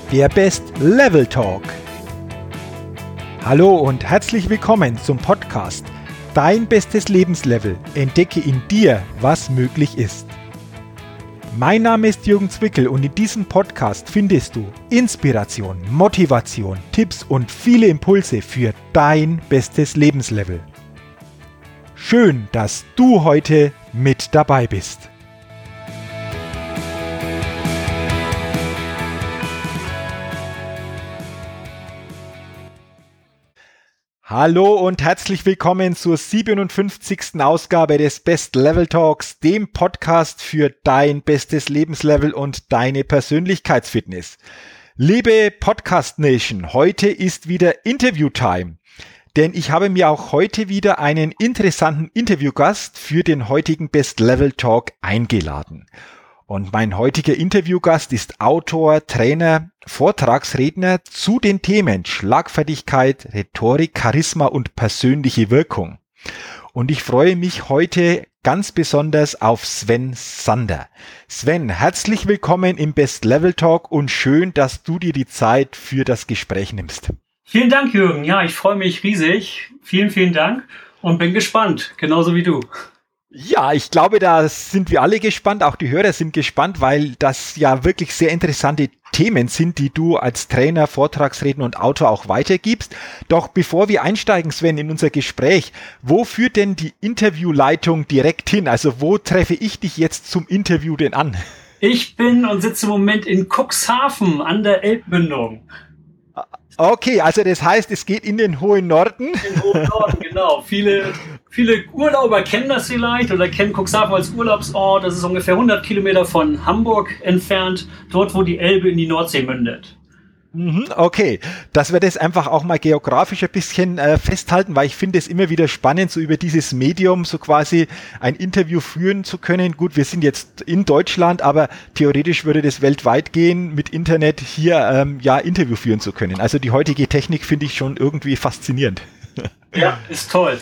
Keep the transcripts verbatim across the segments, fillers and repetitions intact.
der Best Level Talk. Hallo und herzlich willkommen zum Podcast Dein bestes Lebenslevel. Entdecke in dir, was möglich ist. Mein Name ist Jürgen Zwickel und in diesem Podcast findest du Inspiration, Motivation, Tipps und viele Impulse für dein bestes Lebenslevel. Schön, dass du heute mit dabei bist. Hallo und herzlich willkommen zur siebenundfünfzigsten Ausgabe des Best Level Talks, dem Podcast für dein bestes Lebenslevel und deine Persönlichkeitsfitness. Liebe Podcast Nation, heute ist wieder Interview-Time, denn ich habe mir auch heute wieder einen interessanten Interviewgast für den heutigen Best Level Talk eingeladen. Und mein heutiger Interviewgast ist Autor, Trainer, Vortragsredner zu den Themen Schlagfertigkeit, Rhetorik, Charisma und persönliche Wirkung. Und ich freue mich heute ganz besonders auf Sven Sander. Sven, herzlich willkommen im Best Level Talk und schön, dass du dir die Zeit für das Gespräch nimmst. Vielen Dank, Jürgen. Ja, ich freue mich riesig. Vielen, vielen Dank und bin gespannt, genauso wie du. Ja, ich glaube, da sind wir alle gespannt, auch die Hörer sind gespannt, weil das ja wirklich sehr interessante Themen sind, die du als Trainer, Vortragsredner und Autor auch weitergibst. Doch bevor wir einsteigen, Sven, in unser Gespräch, wo führt denn die Interviewleitung direkt hin? Also wo treffe ich dich jetzt zum Interview denn an? Ich bin und sitze im Moment in Cuxhaven an der Elbmündung. Okay, also das heißt, es geht in den hohen Norden. In den hohen Norden, genau. Viele, viele Urlauber kennen das vielleicht oder kennen Cuxhaven als Urlaubsort. Das ist ungefähr hundert Kilometer von Hamburg entfernt, dort, wo die Elbe in die Nordsee mündet. Okay, dass wir das einfach auch mal geografisch ein bisschen äh, festhalten, weil ich finde es immer wieder spannend, so über dieses Medium so quasi ein Interview führen zu können. Gut, wir sind jetzt in Deutschland, aber theoretisch würde das weltweit gehen, mit Internet hier ähm, ja Interview führen zu können. Also die heutige Technik finde ich schon irgendwie faszinierend. Ja, ist toll.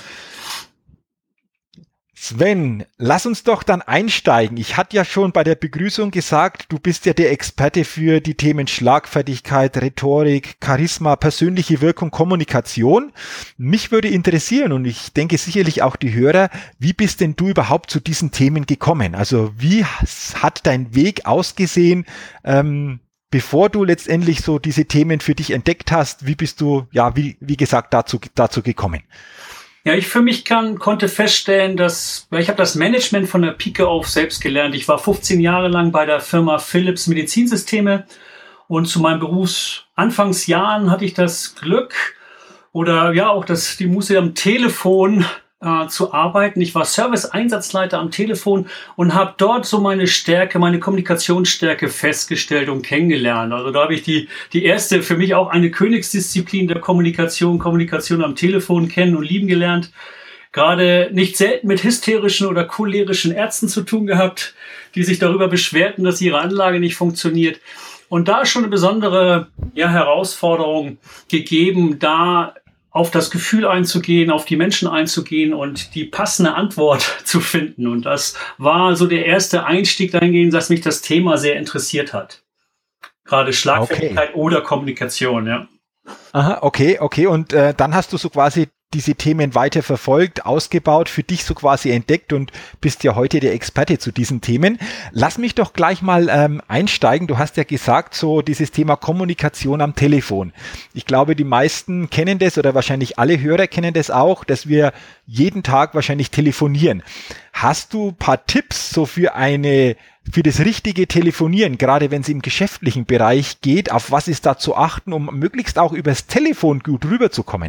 Sven, lass uns doch dann einsteigen. Ich hatte ja schon bei der Begrüßung gesagt, du bist ja der Experte für die Themen Schlagfertigkeit, Rhetorik, Charisma, persönliche Wirkung, Kommunikation. Mich würde interessieren und ich denke sicherlich auch die Hörer, wie bist denn du überhaupt zu diesen Themen gekommen? Also wie hat dein Weg ausgesehen, ähm, bevor du letztendlich so diese Themen für dich entdeckt hast? Wie bist du, ja, wie, wie gesagt, dazu, dazu gekommen? Ja, ich für mich kann, konnte feststellen, dass, ich habe das Management von der Pike auf selbst gelernt. Ich war fünfzehn Jahre lang bei der Firma Philips Medizinsysteme und zu meinen Berufsanfangsjahren hatte ich das Glück oder ja auch das, die Muße am Telefon äh, zu arbeiten. Ich war Service-Einsatzleiter am Telefon und habe dort so meine Stärke, meine Kommunikationsstärke festgestellt und kennengelernt. Also da habe ich die, die erste, für mich auch eine Königsdisziplin der Kommunikation, Kommunikation am Telefon kennen und lieben gelernt. Gerade nicht selten mit hysterischen oder cholerischen Ärzten zu tun gehabt, die sich darüber beschwerten, dass ihre Anlage nicht funktioniert. Und da ist schon eine besondere ja, Herausforderung gegeben, da auf das Gefühl einzugehen, auf die Menschen einzugehen und die passende Antwort zu finden. Und das war so der erste Einstieg dahingehend, dass mich das Thema sehr interessiert hat. Gerade Schlagfertigkeit okay. oder Kommunikation, ja. Aha, okay, okay. Und äh, dann hast du so quasi diese Themen weiter verfolgt, ausgebaut, für dich so quasi entdeckt und bist ja heute der Experte zu diesen Themen. Lass mich doch gleich mal ähm, einsteigen. Du hast ja gesagt, so dieses Thema Kommunikation am Telefon. Ich glaube, die meisten kennen das oder wahrscheinlich alle Hörer kennen das auch, dass wir jeden Tag wahrscheinlich telefonieren. Hast du ein paar Tipps so für eine für das richtige Telefonieren, gerade wenn es im geschäftlichen Bereich geht, auf was ist da zu achten, um möglichst auch übers Telefon gut rüberzukommen?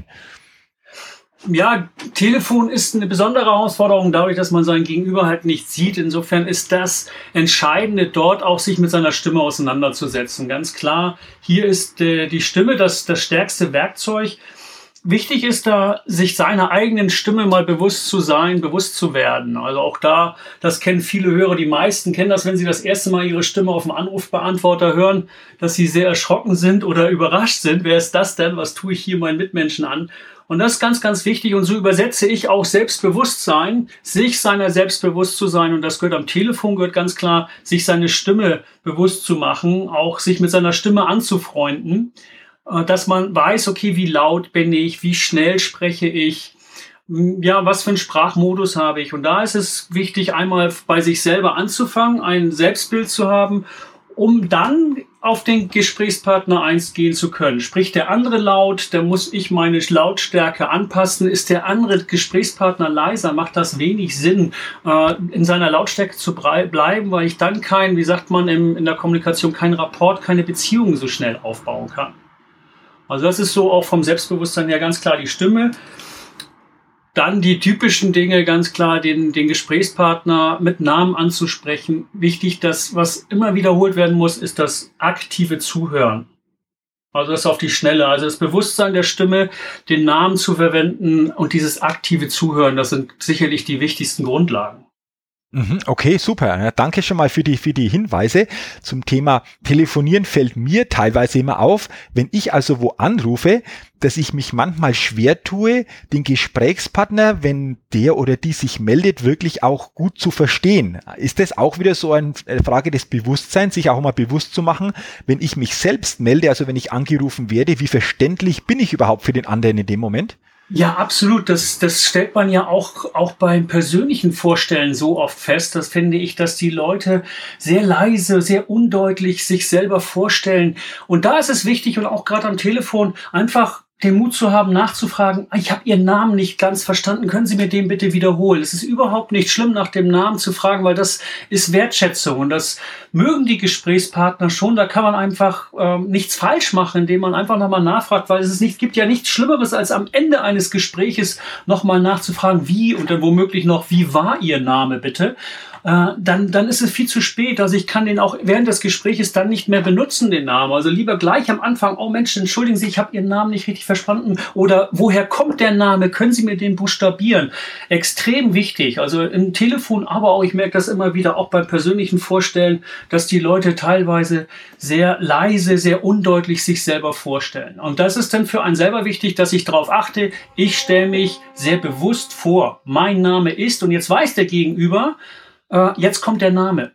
Ja, Telefon ist eine besondere Herausforderung, dadurch, dass man sein Gegenüber halt nicht sieht. Insofern ist das Entscheidende, dort auch sich mit seiner Stimme auseinanderzusetzen. Ganz klar, hier ist äh, die Stimme das, das stärkste Werkzeug. wichtig ist da, sich seiner eigenen Stimme mal bewusst zu sein, bewusst zu werden. Also auch da, das kennen viele Hörer, die meisten kennen das, wenn sie das erste Mal ihre Stimme auf dem Anrufbeantworter hören, dass sie sehr erschrocken sind oder überrascht sind. Wer ist das denn? Was tue ich hier meinen Mitmenschen an? Und das ist ganz, ganz wichtig. Und so übersetze ich auch Selbstbewusstsein, sich seiner selbst bewusst zu sein. Und das gehört am Telefon, gehört ganz klar, sich seine Stimme bewusst zu machen, auch sich mit seiner Stimme anzufreunden, dass man weiß, okay, wie laut bin ich, wie schnell spreche ich, ja, was für einen Sprachmodus habe ich. Und da ist es wichtig, einmal bei sich selber anzufangen, ein Selbstbild zu haben, um dann auf den Gesprächspartner eingehen zu können. Spricht der andere laut, dann muss ich meine Lautstärke anpassen. Ist der andere Gesprächspartner leiser, macht das wenig Sinn, äh, in seiner Lautstärke zu bleiben, weil ich dann kein, wie sagt man im, in der Kommunikation, kein Rapport, keine Beziehung so schnell aufbauen kann. Also das ist so auch vom Selbstbewusstsein her ganz klar die Stimme. Dann die typischen Dinge, ganz klar, den, den Gesprächspartner mit Namen anzusprechen. Wichtig, dass was immer wiederholt werden muss, ist das aktive Zuhören. Also das auf die Schnelle. Also das Bewusstsein der Stimme, den Namen zu verwenden und dieses aktive Zuhören, das sind sicherlich die wichtigsten Grundlagen. Okay, super. Ja, danke schon mal für die, für die Hinweise. Zum Thema Telefonieren fällt mir teilweise immer auf, wenn ich also wo anrufe, dass ich mich manchmal schwer tue, den Gesprächspartner, wenn der oder die sich meldet, wirklich auch gut zu verstehen. Ist das auch wieder so eine Frage des Bewusstseins, sich auch mal bewusst zu machen, wenn ich mich selbst melde, also wenn ich angerufen werde, wie verständlich bin ich überhaupt für den anderen in dem Moment? Ja, absolut. Das, das stellt man ja auch, auch beim persönlichen Vorstellen so oft fest. Das finde ich, dass die Leute sehr leise, sehr undeutlich sich selber vorstellen. Und da ist es wichtig und auch gerade am Telefon einfach den Mut zu haben, nachzufragen, ich habe Ihren Namen nicht ganz verstanden, können Sie mir den bitte wiederholen? Es ist überhaupt nicht schlimm, nach dem Namen zu fragen, weil das ist Wertschätzung und das mögen die Gesprächspartner schon. Da kann man einfach ähm, nichts falsch machen, indem man einfach nochmal nachfragt, weil es ist nicht, gibt ja nichts Schlimmeres, als am Ende eines Gespräches nochmal nachzufragen, wie und dann womöglich noch, wie war Ihr Name bitte? Äh, dann, dann ist es viel zu spät. Also ich kann den auch während des Gesprächs dann nicht mehr benutzen, den Namen. Also lieber gleich am Anfang, oh Mensch, entschuldigen Sie, ich habe Ihren Namen nicht richtig verstanden. Oder woher kommt der Name? Können Sie mir den buchstabieren? Extrem wichtig. Also im Telefon, aber auch, ich merke das immer wieder, auch beim persönlichen Vorstellen, dass die Leute teilweise sehr leise, sehr undeutlich sich selber vorstellen. Und das ist dann für einen selber wichtig, dass ich darauf achte, ich stelle mich sehr bewusst vor. Mein Name ist, und jetzt weiß der Gegenüber, Uh, jetzt kommt der Name.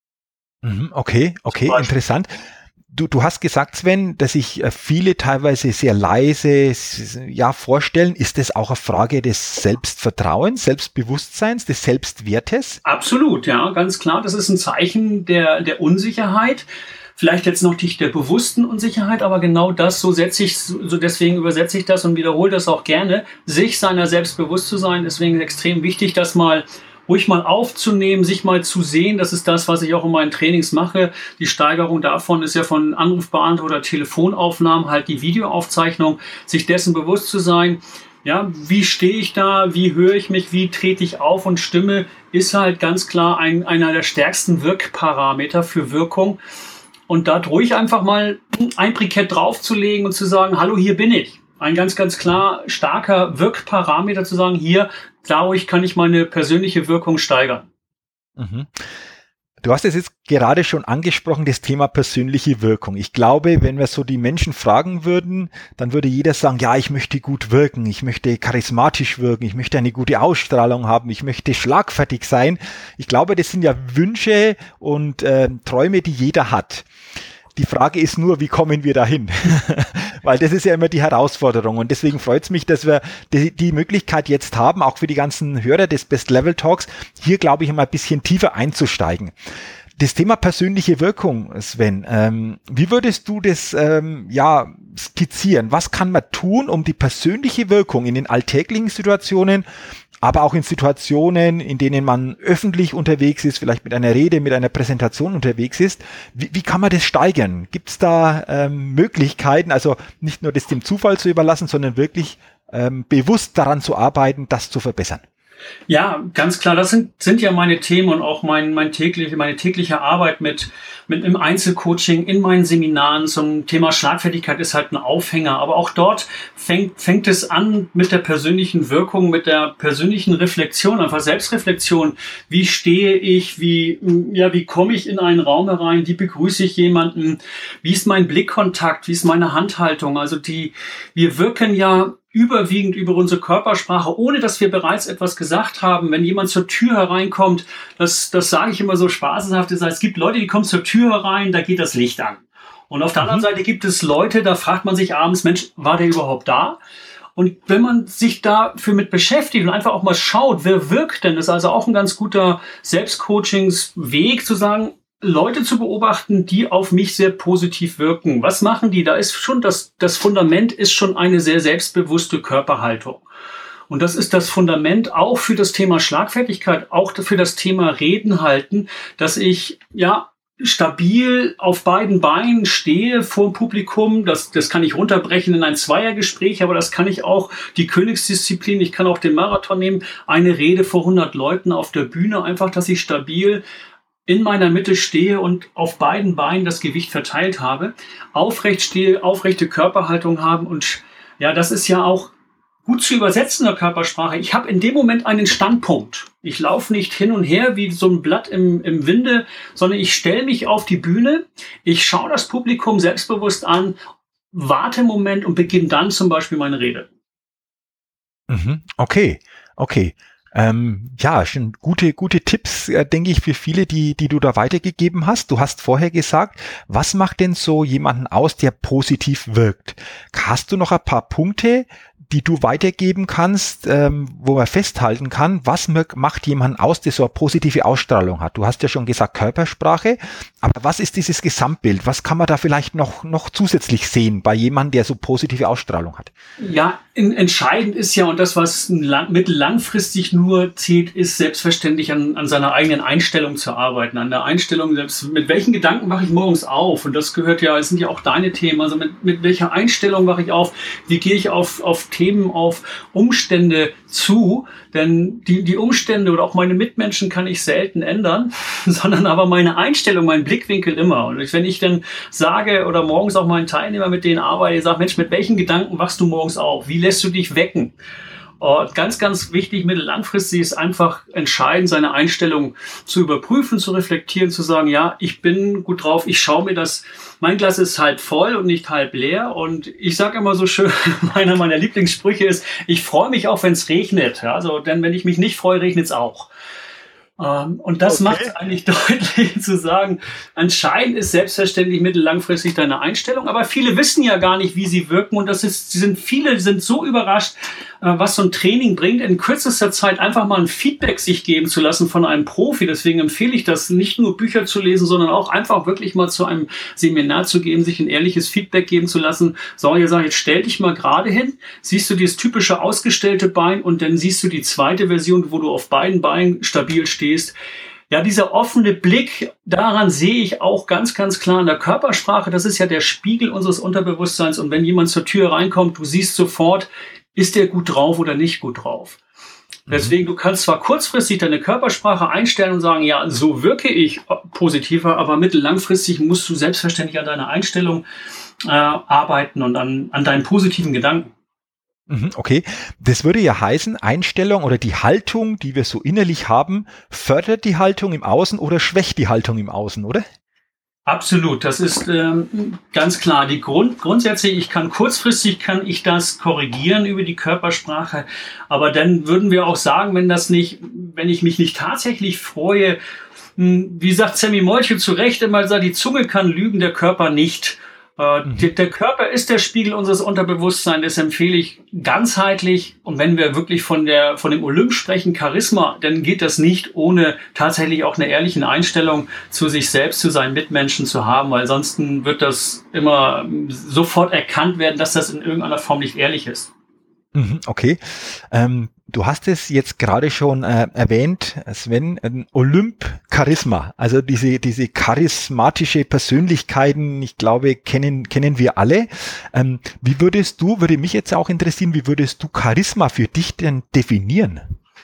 Okay, okay, interessant. Du, du hast gesagt, Sven, dass sich viele teilweise sehr leise ja, vorstellen. Ist das auch eine Frage des Selbstvertrauens, Selbstbewusstseins, des Selbstwertes? Absolut, ja, ganz klar. Das ist ein Zeichen der, der Unsicherheit. Vielleicht jetzt noch nicht der bewussten Unsicherheit, aber genau das, so setze ich, so deswegen übersetze ich das und wiederhole das auch gerne, sich seiner selbst bewusst zu sein. Deswegen ist extrem wichtig, das mal ruhig mal aufzunehmen, sich mal zu sehen. Das ist das, was ich auch in meinen Trainings mache. Die Steigerung davon ist ja von Anrufbeantworter oder Telefonaufnahmen halt die Videoaufzeichnung, sich dessen bewusst zu sein. Ja, wie stehe ich da? Wie höre ich mich? Wie trete ich auf? Und Stimme ist halt ganz klar ein, einer der stärksten Wirkparameter für Wirkung. Und da ruhig einfach mal ein Brikett draufzulegen und zu sagen, hallo, hier bin ich. Ein ganz, ganz klar starker Wirkparameter zu sagen, hier, dadurch kann ich meine persönliche Wirkung steigern. Mhm. Du hast es jetzt gerade schon angesprochen, das Thema persönliche Wirkung. Ich glaube, wenn wir so die Menschen fragen würden, dann würde jeder sagen, ja, ich möchte gut wirken, ich möchte charismatisch wirken, ich möchte eine gute Ausstrahlung haben, ich möchte schlagfertig sein. Ich glaube, das sind ja Wünsche und äh, Träume, die jeder hat. Die Frage ist nur, wie kommen wir dahin? Weil das ist ja immer die Herausforderung und deswegen freut es mich, dass wir die, die Möglichkeit jetzt haben, auch für die ganzen Hörer des Best Level Talks, hier glaube ich mal ein bisschen tiefer einzusteigen. Das Thema persönliche Wirkung, Sven, ähm, wie würdest du das ähm, ja skizzieren? Was kann man tun, um die persönliche Wirkung in den alltäglichen Situationen, aber auch in Situationen, in denen man öffentlich unterwegs ist, vielleicht mit einer Rede, mit einer Präsentation unterwegs ist. Wie, wie kann man das steigern? Gibt es da ähm, Möglichkeiten, also nicht nur das dem Zufall zu überlassen, sondern wirklich ähm, bewusst daran zu arbeiten, das zu verbessern? Ja, ganz klar. Das sind, sind ja meine Themen und auch mein, mein tägliche, meine tägliche Arbeit mit, mit im Einzelcoaching in meinen Seminaren zum Thema Schlagfertigkeit ist halt ein Aufhänger. Aber auch dort fängt, fängt es an mit der persönlichen Wirkung, mit der persönlichen Reflexion, einfach Selbstreflexion. Wie stehe ich? Wie, ja, wie komme ich in einen Raum herein? Wie begrüße ich jemanden? Wie ist mein Blickkontakt? Wie ist meine Handhaltung? Also die, wir wirken ja überwiegend über unsere Körpersprache, ohne dass wir bereits etwas gesagt haben. Wenn jemand zur Tür hereinkommt, das, das sage ich immer so spaßeshaft, das heißt, es gibt Leute, die kommen zur Tür herein, da geht das Licht an. Und auf der mhm. anderen Seite gibt es Leute, da fragt man sich abends, Mensch, war der überhaupt da? Und wenn man sich dafür mit beschäftigt und einfach auch mal schaut, wer wirkt denn, das ist also auch ein ganz guter Selbstcoachingsweg zu sagen, Leute zu beobachten, die auf mich sehr positiv wirken. Was machen die? Da ist schon das, das Fundament ist schon eine sehr selbstbewusste Körperhaltung. Und das ist das Fundament auch für das Thema Schlagfertigkeit, auch für das Thema Reden halten, dass ich, ja, stabil auf beiden Beinen stehe vor dem Publikum. Das, das kann ich runterbrechen in ein Zweiergespräch, aber das kann ich auch, die Königsdisziplin, ich kann auch den Marathon nehmen, eine Rede vor hundert Leuten auf der Bühne, einfach, dass ich stabil in meiner Mitte stehe und auf beiden Beinen das Gewicht verteilt habe, aufrecht stehe, aufrechte Körperhaltung haben und ja, das ist ja auch gut zu übersetzen in der Körpersprache. Ich habe in dem Moment einen Standpunkt. Ich laufe nicht hin und her wie so ein Blatt im, im Winde, sondern ich stelle mich auf die Bühne, ich schaue das Publikum selbstbewusst an, warte einen Moment und beginne dann zum Beispiel meine Rede. Mhm. Okay, okay. Ähm, ja, schon gute, gute Tipps, äh, denke ich, für viele, die, die du da weitergegeben hast. Du hast vorher gesagt, was macht denn so jemanden aus, der positiv wirkt? Hast du noch ein paar Punkte, die du weitergeben kannst, ähm, wo man festhalten kann, was macht jemanden aus, der so eine positive Ausstrahlung hat? Du hast ja schon gesagt Körpersprache, aber was ist dieses Gesamtbild? Was kann man da vielleicht noch, noch zusätzlich sehen bei jemandem, der so positive Ausstrahlung hat? Ja, in, entscheidend ist ja, und das, was lang, mittellangfristig nur zählt, ist selbstverständlich an, an seiner eigenen Einstellung zu arbeiten, an der Einstellung selbst, mit welchen Gedanken wache ich morgens auf? Und das gehört ja, das sind ja auch deine Themen, also mit, mit welcher Einstellung wache ich auf? Wie gehe ich auf, auf Themen, auf Umstände zu? Denn die, die Umstände oder auch meine Mitmenschen kann ich selten ändern, sondern aber meine Einstellung, mein Blickwinkel immer. Und wenn ich dann sage oder morgens auch meinen Teilnehmer, mit denen arbeite, ich sage, Mensch, mit welchen Gedanken wachst du morgens auf? Wie lässt du dich wecken? Und ganz, ganz wichtig, mittellangfristig ist einfach entscheidend, seine Einstellung zu überprüfen, zu reflektieren, zu sagen, ja, ich bin gut drauf, ich schaue mir das, mein Glas ist halb voll und nicht halb leer. Und ich sage immer so schön, einer meiner Lieblingssprüche ist, ich freue mich auch, wenn es regnet. Ja, also, denn wenn ich mich nicht freue, regnet es auch. Ähm, und das okay. macht es eigentlich deutlich zu sagen, entscheidend ist selbstverständlich mittellangfristig deine Einstellung, aber viele wissen ja gar nicht, wie sie wirken und das ist, sie sind viele sind so überrascht, äh, was so ein Training bringt, in kürzester Zeit einfach mal ein Feedback sich geben zu lassen von einem Profi. Deswegen empfehle ich das, nicht nur Bücher zu lesen, sondern auch einfach wirklich mal zu einem Seminar zu gehen, sich ein ehrliches Feedback geben zu lassen. So, ihr sagt, jetzt stell dich mal gerade hin, siehst du dieses typische ausgestellte Bein und dann siehst du die zweite Version, wo du auf beiden Beinen stabil stehst. Ja, dieser offene Blick, daran sehe ich auch ganz, ganz klar in der Körpersprache, das ist ja der Spiegel unseres Unterbewusstseins und wenn jemand zur Tür reinkommt, du siehst sofort, ist der gut drauf oder nicht gut drauf. Deswegen, du kannst zwar kurzfristig deine Körpersprache einstellen und sagen, ja, so wirke ich positiver, aber mittellangfristig musst du selbstverständlich an deiner Einstellung äh, arbeiten und an, an deinen positiven Gedanken. Okay, das würde ja heißen, Einstellung oder die Haltung, die wir so innerlich haben, fördert die Haltung im Außen oder schwächt die Haltung im Außen, oder? Absolut, das ist ähm, ganz klar. Die Grund, grundsätzlich, ich kann kurzfristig, kann ich das korrigieren über die Körpersprache, aber dann würden wir auch sagen, wenn das nicht, wenn ich mich nicht tatsächlich freue, wie sagt Sammy Molche zu Recht immer, sagt, die Zunge kann lügen, der Körper nicht. Mhm. Der Körper ist der Spiegel unseres Unterbewusstseins, das empfehle ich ganzheitlich. Und wenn wir wirklich von der von dem Olymp sprechen, Charisma, dann geht das nicht ohne tatsächlich auch eine ehrliche Einstellung zu sich selbst, zu seinen Mitmenschen zu haben, weil sonst wird das immer sofort erkannt werden, dass das in irgendeiner Form nicht ehrlich ist. Okay, ähm, du hast es jetzt gerade schon äh, erwähnt, Sven, ein Olymp-Charisma, also diese diese charismatische Persönlichkeiten, ich glaube, kennen kennen wir alle. Ähm, wie würdest du, würde mich jetzt auch interessieren, wie würdest du Charisma für dich denn definieren?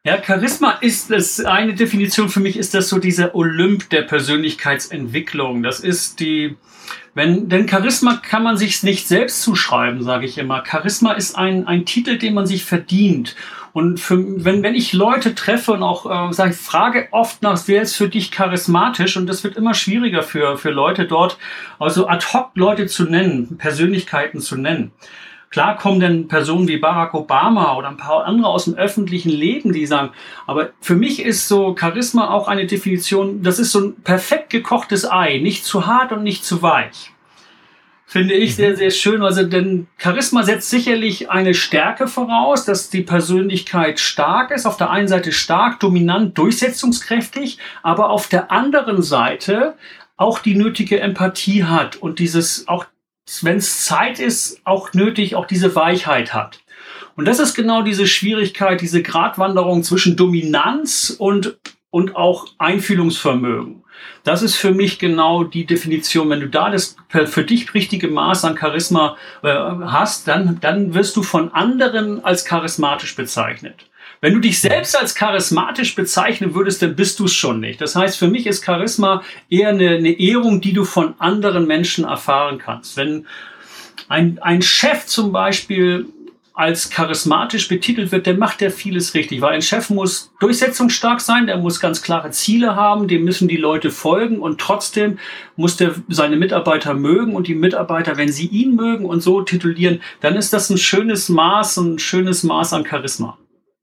Ja, Charisma ist das eine Definition für mich, ist das so dieser Olymp der Persönlichkeitsentwicklung. Das ist die, wenn, denn Charisma kann man sich nicht selbst zuschreiben, sage ich immer. Charisma ist ein, ein Titel, den man sich verdient. Und für, wenn, wenn ich Leute treffe und auch äh, sage, ich frage oft nach, wer ist für dich charismatisch? Und das wird immer schwieriger für, für Leute dort, also ad hoc Leute zu nennen, Persönlichkeiten zu nennen. Klar kommen dann Personen wie Barack Obama oder ein paar andere aus dem öffentlichen Leben, die sagen, aber für mich ist so Charisma auch eine Definition, das ist so ein perfekt gekochtes Ei, nicht zu hart und nicht zu weich. Finde ich sehr, sehr schön. Also, denn Charisma setzt sicherlich eine Stärke voraus, dass die Persönlichkeit stark ist. Auf der einen Seite stark, dominant, durchsetzungskräftig, aber auf der anderen Seite auch die nötige Empathie hat und dieses auch, wenn es Zeit ist, auch nötig, auch diese Weichheit hat. Und das ist genau diese Schwierigkeit, diese Gratwanderung zwischen Dominanz und, und auch Einfühlungsvermögen. Das ist für mich genau die Definition. Wenn du da das für dich richtige Maß an Charisma äh, hast, dann, dann wirst du von anderen als charismatisch bezeichnet. Wenn du dich selbst als charismatisch bezeichnen würdest, dann bist du es schon nicht. Das heißt, für mich ist Charisma eher eine, eine Ehrung, die du von anderen Menschen erfahren kannst. Wenn ein, ein Chef zum Beispiel als charismatisch betitelt wird, dann macht der vieles richtig. Weil ein Chef muss durchsetzungsstark sein, der muss ganz klare Ziele haben, dem müssen die Leute folgen und trotzdem muss der seine Mitarbeiter mögen und die Mitarbeiter, wenn sie ihn mögen und so titulieren, dann ist das ein schönes Maß, ein schönes Maß an Charisma.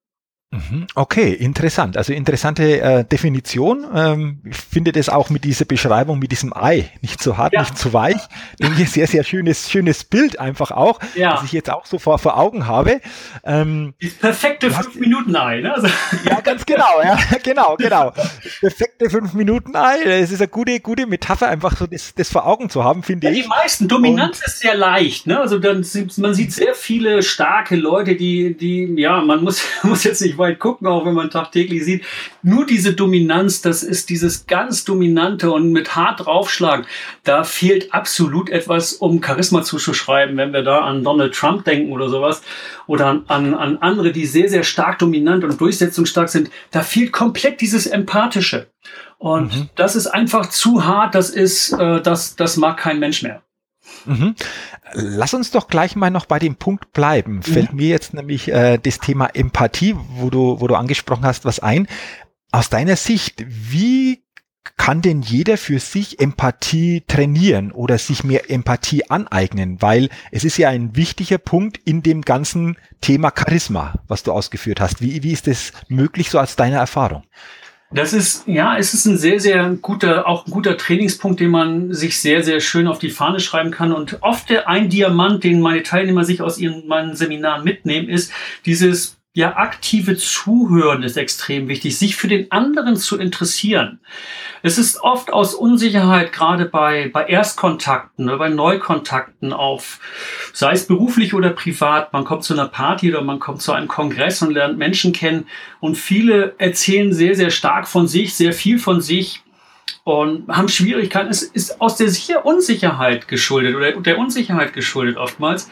Okay, interessant. Also interessante äh, Definition. Ähm, ich finde das auch mit dieser Beschreibung, mit diesem Ei, nicht zu hart, ja. nicht zu weich. Denke ich, sehr, sehr schönes, schönes Bild einfach auch, ja. das ich jetzt auch so vor, vor Augen habe. Ähm, das perfekte fünf-Minuten-Ei, ne? Also ja, ganz genau, ja, genau, genau. Perfekte fünf-Minuten-Ei. Es ist eine gute, gute Metapher, einfach so das, das vor Augen zu haben, finde ja, ich. Die meisten, Dominanz Und, ist sehr leicht, ne? Also dann man sieht sehr viele starke Leute, die, die, ja, man muss, muss jetzt nicht weit gucken, auch wenn man tagtäglich sieht. Nur diese Dominanz, das ist dieses ganz Dominante und mit hart draufschlagen. Da fehlt absolut etwas, um Charisma zuzuschreiben, wenn wir da an Donald Trump denken oder sowas. Oder an, an, an andere, die sehr, sehr stark dominant und durchsetzungsstark sind. Da fehlt komplett dieses Empathische. Und mhm. das ist einfach zu hart, das ist, äh, das, das mag kein Mensch mehr. Mhm. Lass uns doch gleich mal noch bei dem Punkt bleiben. Mhm. Fällt mir jetzt nämlich äh, das Thema Empathie, wo du, wo du angesprochen hast, was ein. Aus deiner Sicht, wie kann denn jeder für sich Empathie trainieren oder sich mehr Empathie aneignen? Weil es ist ja ein wichtiger Punkt in dem ganzen Thema Charisma, was du ausgeführt hast. Wie, wie ist das möglich, so aus deiner Erfahrung? Das ist, ja, es ist ein sehr, sehr guter, auch ein guter Trainingspunkt, den man sich sehr, sehr schön auf die Fahne schreiben kann. Und oft der ein Diamant, den meine Teilnehmer sich aus ihren, meinen Seminaren mitnehmen, ist dieses, ja, aktive Zuhören ist extrem wichtig, sich für den anderen zu interessieren. Es ist oft aus Unsicherheit, gerade bei, bei Erstkontakten oder bei Neukontakten auf, sei es beruflich oder privat, man kommt zu einer Party oder man kommt zu einem Kongress und lernt Menschen kennen und viele erzählen sehr, sehr stark von sich, sehr viel von sich und haben Schwierigkeiten. Es ist aus der Unsicherheit geschuldet oder der Unsicherheit geschuldet oftmals.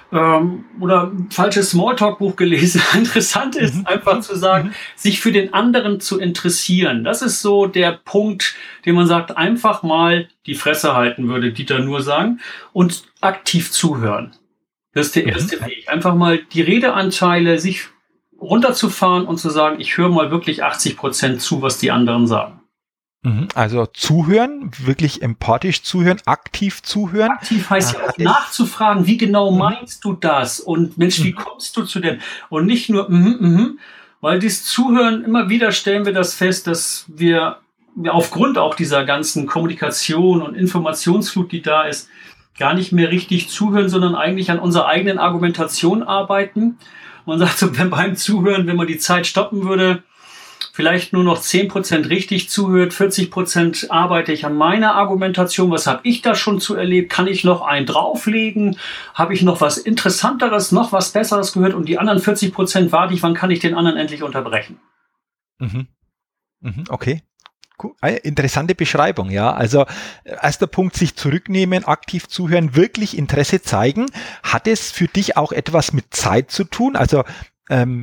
Oder ein falsches Smalltalk-Buch gelesen. Interessant ist mhm. einfach zu sagen, mhm. sich für den anderen zu interessieren. Das ist so der Punkt, den man sagt, einfach mal die Fresse halten, würde Dieter Nuhr sagen, und aktiv zuhören. Das ist der erste mhm. Weg. Einfach mal die Redeanteile sich runterzufahren und zu sagen, ich höre mal wirklich achtzig Prozent zu, was die anderen sagen. Also zuhören, wirklich empathisch zuhören, aktiv zuhören. Aktiv heißt ja auch nachzufragen, wie genau meinst du das? Und Mensch, wie kommst du zu dem? Und nicht nur, mhm, mhm, weil dieses Zuhören, immer wieder stellen wir das fest, dass wir, wir aufgrund auch dieser ganzen Kommunikation und Informationsflut, die da ist, gar nicht mehr richtig zuhören, sondern eigentlich an unserer eigenen Argumentation arbeiten. Man sagt so, wenn beim Zuhören, wenn man die Zeit stoppen würde, vielleicht nur noch zehn Prozent richtig zuhört, vierzig Prozent arbeite ich an meiner Argumentation. Was habe ich da schon zu erlebt? Kann ich noch einen drauflegen? Habe ich noch was Interessanteres, noch was Besseres gehört? Und die anderen vierzig Prozent warte ich, wann kann ich den anderen endlich unterbrechen? Mhm. Mhm, okay. Cool. Interessante Beschreibung, ja. Also erster Punkt, sich zurücknehmen, aktiv zuhören, wirklich Interesse zeigen. Hat es für dich auch etwas mit Zeit zu tun? Also ähm,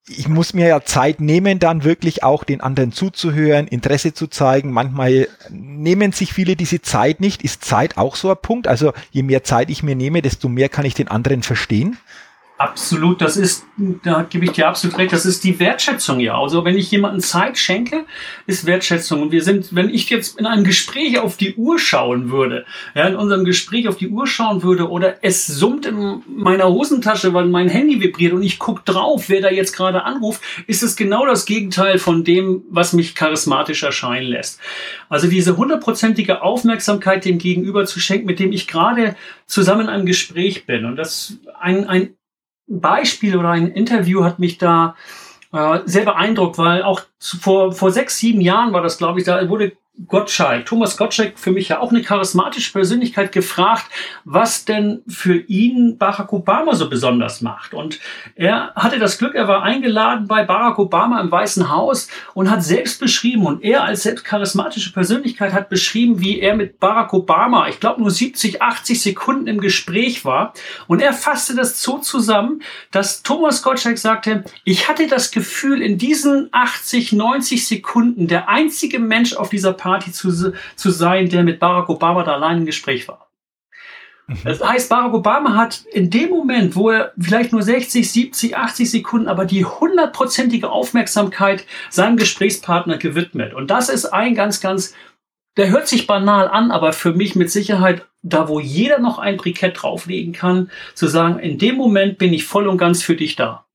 ich muss mir ja Zeit nehmen, dann wirklich auch den anderen zuzuhören, Interesse zu zeigen. Manchmal nehmen sich viele diese Zeit nicht. Ist Zeit auch so ein Punkt? Also je mehr Zeit ich mir nehme, desto mehr kann ich den anderen verstehen. Absolut, das ist, da gebe ich dir absolut recht, das ist die Wertschätzung, ja. Also wenn ich jemandem Zeit schenke, ist Wertschätzung. Und wir sind, wenn ich jetzt in einem Gespräch auf die Uhr schauen würde, ja, in unserem Gespräch auf die Uhr schauen würde oder es summt in meiner Hosentasche, weil mein Handy vibriert und ich gucke drauf, wer da jetzt gerade anruft, ist es genau das Gegenteil von dem, was mich charismatisch erscheinen lässt. Also diese hundertprozentige Aufmerksamkeit dem Gegenüber zu schenken, mit dem ich gerade zusammen in einem Gespräch bin. Und das ein, ein Beispiel oder ein Interview hat mich da äh, sehr beeindruckt, weil auch zu, vor vor sechs, sieben Jahren war das, glaube ich, da wurde Gottschalk, Thomas Gottschalk, für mich ja auch eine charismatische Persönlichkeit, gefragt, was denn für ihn Barack Obama so besonders macht. Und er hatte das Glück, er war eingeladen bei Barack Obama im Weißen Haus und hat selbst beschrieben, und er als selbst charismatische Persönlichkeit hat beschrieben, wie er mit Barack Obama, ich glaube nur siebzig, achtzig Sekunden im Gespräch war. Und er fasste das so zusammen, dass Thomas Gottschalk sagte, ich hatte das Gefühl, in diesen achtzig, neunzig Sekunden der einzige Mensch auf dieser Party zu, zu sein, der mit Barack Obama da allein im Gespräch war. Mhm. Das heißt, Barack Obama hat in dem Moment, wo er vielleicht nur sechzig, siebzig, achtzig Sekunden, aber die hundertprozentige Aufmerksamkeit seinem Gesprächspartner gewidmet. Und das ist ein ganz, ganz, der hört sich banal an, aber für mich mit Sicherheit da, wo jeder noch ein Brikett drauflegen kann, zu sagen, in dem Moment bin ich voll und ganz für dich da.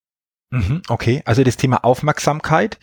Mhm, okay, also das Thema Aufmerksamkeit,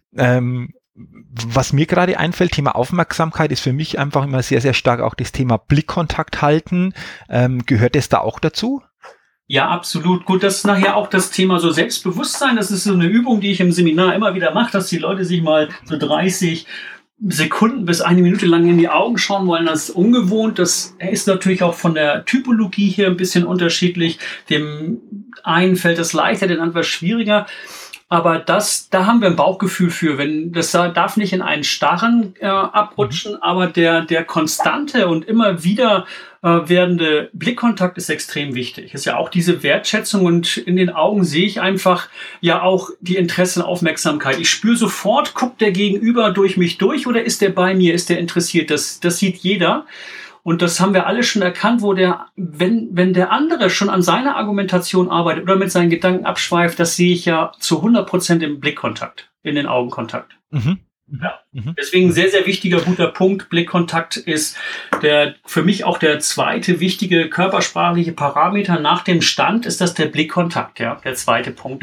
ähm, was mir gerade einfällt, Thema Aufmerksamkeit ist für mich einfach immer sehr, sehr stark auch das Thema Blickkontakt halten. Ähm, gehört das da auch dazu? Ja, absolut. Gut, das ist nachher auch das Thema so Selbstbewusstsein. Das ist so eine Übung, die ich im Seminar immer wieder mache, dass die Leute sich mal so dreißig Sekunden bis eine Minute lang in die Augen schauen wollen. Das ist ungewohnt. Das ist natürlich auch von der Typologie hier ein bisschen unterschiedlich. Dem einen fällt es leichter, dem anderen schwieriger. Aber das, da haben wir ein Bauchgefühl für. Wenn das darf nicht in einen Starren äh, abrutschen, mhm. aber der der konstante und immer wieder äh, werdende Blickkontakt ist extrem wichtig. Ist ja auch diese Wertschätzung, und in den Augen sehe ich einfach ja auch die Interesse und Aufmerksamkeit. Ich spüre sofort, guckt der Gegenüber durch mich durch oder ist der bei mir, ist der interessiert? Das das sieht jeder. Und das haben wir alle schon erkannt, wo der, wenn, wenn der andere schon an seiner Argumentation arbeitet oder mit seinen Gedanken abschweift, das sehe ich ja zu hundert Prozent im Blickkontakt, in den Augenkontakt. Mhm. Ja. Mhm. Deswegen sehr, sehr wichtiger, guter Punkt. Blickkontakt ist der, für mich auch der zweite wichtige körpersprachliche Parameter. Nach dem Stand ist das der Blickkontakt, ja, der zweite Punkt.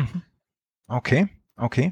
Okay, okay,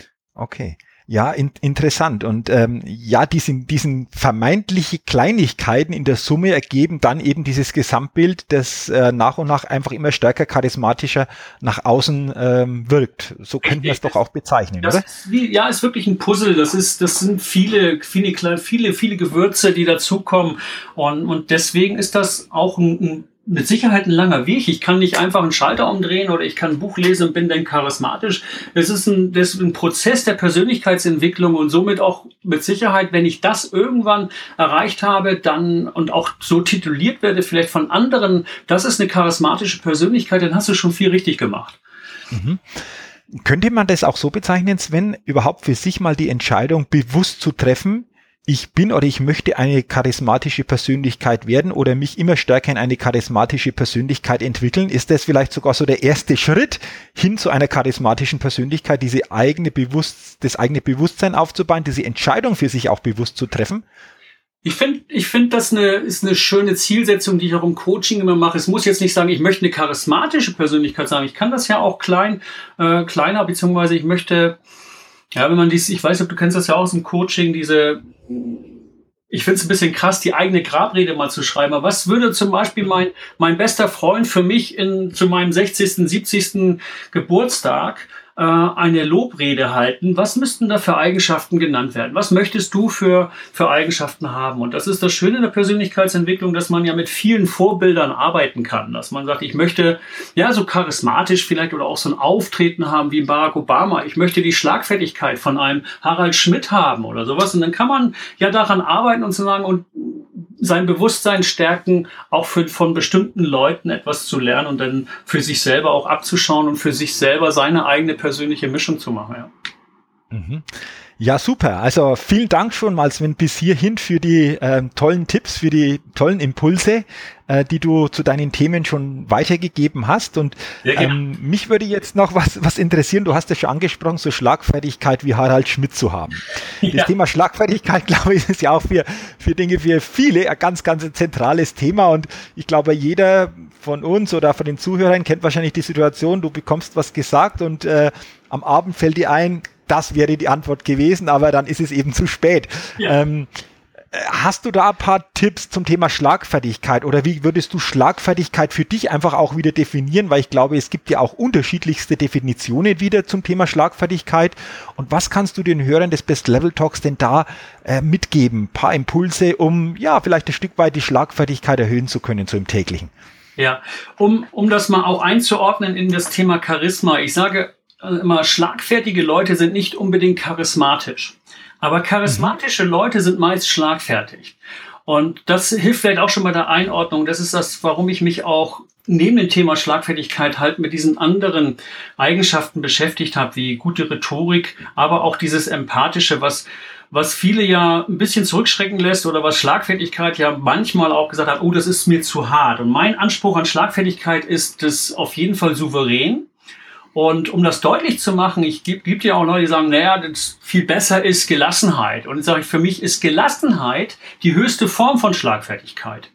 okay. Ja, in, interessant. Und ähm, ja, diesen, diesen vermeintliche Kleinigkeiten in der Summe ergeben dann eben dieses Gesamtbild, das äh, nach und nach einfach immer stärker charismatischer nach außen ähm, wirkt. So könnten wir es doch auch bezeichnen, das oder? Ist wie, ja, ist wirklich ein Puzzle. Das ist, das sind viele, viele, viele, viele Gewürze, die dazukommen. Und, und deswegen ist das auch ein, ein mit Sicherheit ein langer Weg. Ich kann nicht einfach einen Schalter umdrehen oder ich kann ein Buch lesen und bin dann charismatisch. Es ist ein, das ist ein Prozess der Persönlichkeitsentwicklung und somit auch mit Sicherheit, wenn ich das irgendwann erreicht habe, dann und auch so tituliert werde, vielleicht von anderen, das ist eine charismatische Persönlichkeit, dann hast du schon viel richtig gemacht. Mhm. Könnte man das auch so bezeichnen, Sven, überhaupt für sich mal die Entscheidung bewusst zu treffen, ich bin oder ich möchte eine charismatische Persönlichkeit werden oder mich immer stärker in eine charismatische Persönlichkeit entwickeln? Ist das vielleicht sogar so der erste Schritt hin zu einer charismatischen Persönlichkeit, diese eigene Bewusst, das eigene Bewusstsein aufzubauen, diese Entscheidung für sich auch bewusst zu treffen? Ich finde, ich finde, das eine, ist eine schöne Zielsetzung, die ich auch im Coaching immer mache. Es muss jetzt nicht sagen, ich möchte eine charismatische Persönlichkeit sein. Ich kann das ja auch klein, äh, kleiner, beziehungsweise ich möchte, ja, wenn man dies, ich weiß nicht, du kennst das ja auch aus dem Coaching, diese, ich finde es ein bisschen krass, die eigene Grabrede mal zu schreiben. Aber was würde zum Beispiel mein, mein bester Freund für mich in, zu meinem sechzigsten, siebzigsten Geburtstag äh, eine Lobrede halten? Was müssten da für Eigenschaften genannt werden? Was möchtest du für, für Eigenschaften haben? Und das ist das Schöne in der Persönlichkeitsentwicklung, dass man ja mit vielen Vorbildern arbeiten kann. Dass man sagt, ich möchte ja so charismatisch vielleicht oder auch so ein Auftreten haben wie Barack Obama. Ich möchte die Schlagfertigkeit von einem Harald Schmidt haben oder sowas. Und dann kann man ja daran arbeiten und zu sagen, und sein Bewusstsein stärken, auch für, von bestimmten Leuten etwas zu lernen und dann für sich selber auch abzuschauen und für sich selber seine eigene persönliche Mischung zu machen. Ja. Mhm. Ja, super. Also vielen Dank schon mal, Sven, bis hierhin für die ähm, tollen Tipps, für die tollen Impulse, äh, die du zu deinen Themen schon weitergegeben hast. Und ähm, mich würde jetzt noch was, was interessieren. Du hast ja schon angesprochen, so Schlagfertigkeit wie Harald Schmidt zu haben. Ja. Das Thema Schlagfertigkeit, glaube ich, ist ja auch für, für Dinge, für viele ein ganz, ganz zentrales Thema. Und ich glaube, jeder von uns oder von den Zuhörern kennt wahrscheinlich die Situation, du bekommst was gesagt und äh, am Abend fällt dir ein, das wäre die Antwort gewesen, aber dann ist es eben zu spät. Ja. Ähm, hast du da ein paar Tipps zum Thema Schlagfertigkeit oder wie würdest du Schlagfertigkeit für dich einfach auch wieder definieren? Weil ich glaube, es gibt ja auch unterschiedlichste Definitionen wieder zum Thema Schlagfertigkeit. Und was kannst du den Hörern des Best Level Talks denn da äh, mitgeben? Ein paar Impulse, um ja vielleicht ein Stück weit die Schlagfertigkeit erhöhen zu können, so im täglichen. Ja, um, um das mal auch einzuordnen in das Thema Charisma. Ich sage immer, schlagfertige Leute sind nicht unbedingt charismatisch. Aber charismatische mhm. Leute sind meist schlagfertig. Und das hilft vielleicht auch schon bei der Einordnung. Das ist das, warum ich mich auch neben dem Thema Schlagfertigkeit halt mit diesen anderen Eigenschaften beschäftigt habe, wie gute Rhetorik, aber auch dieses Empathische, was was viele ja ein bisschen zurückschrecken lässt oder was Schlagfertigkeit ja manchmal auch gesagt hat, oh, das ist mir zu hart. Und mein Anspruch an Schlagfertigkeit ist das auf jeden Fall souverän. Und um das deutlich zu machen, ich gibt, gibt ja auch Leute, die sagen, naja, das viel besser ist Gelassenheit. Und dann sage ich, für mich ist Gelassenheit die höchste Form von Schlagfertigkeit.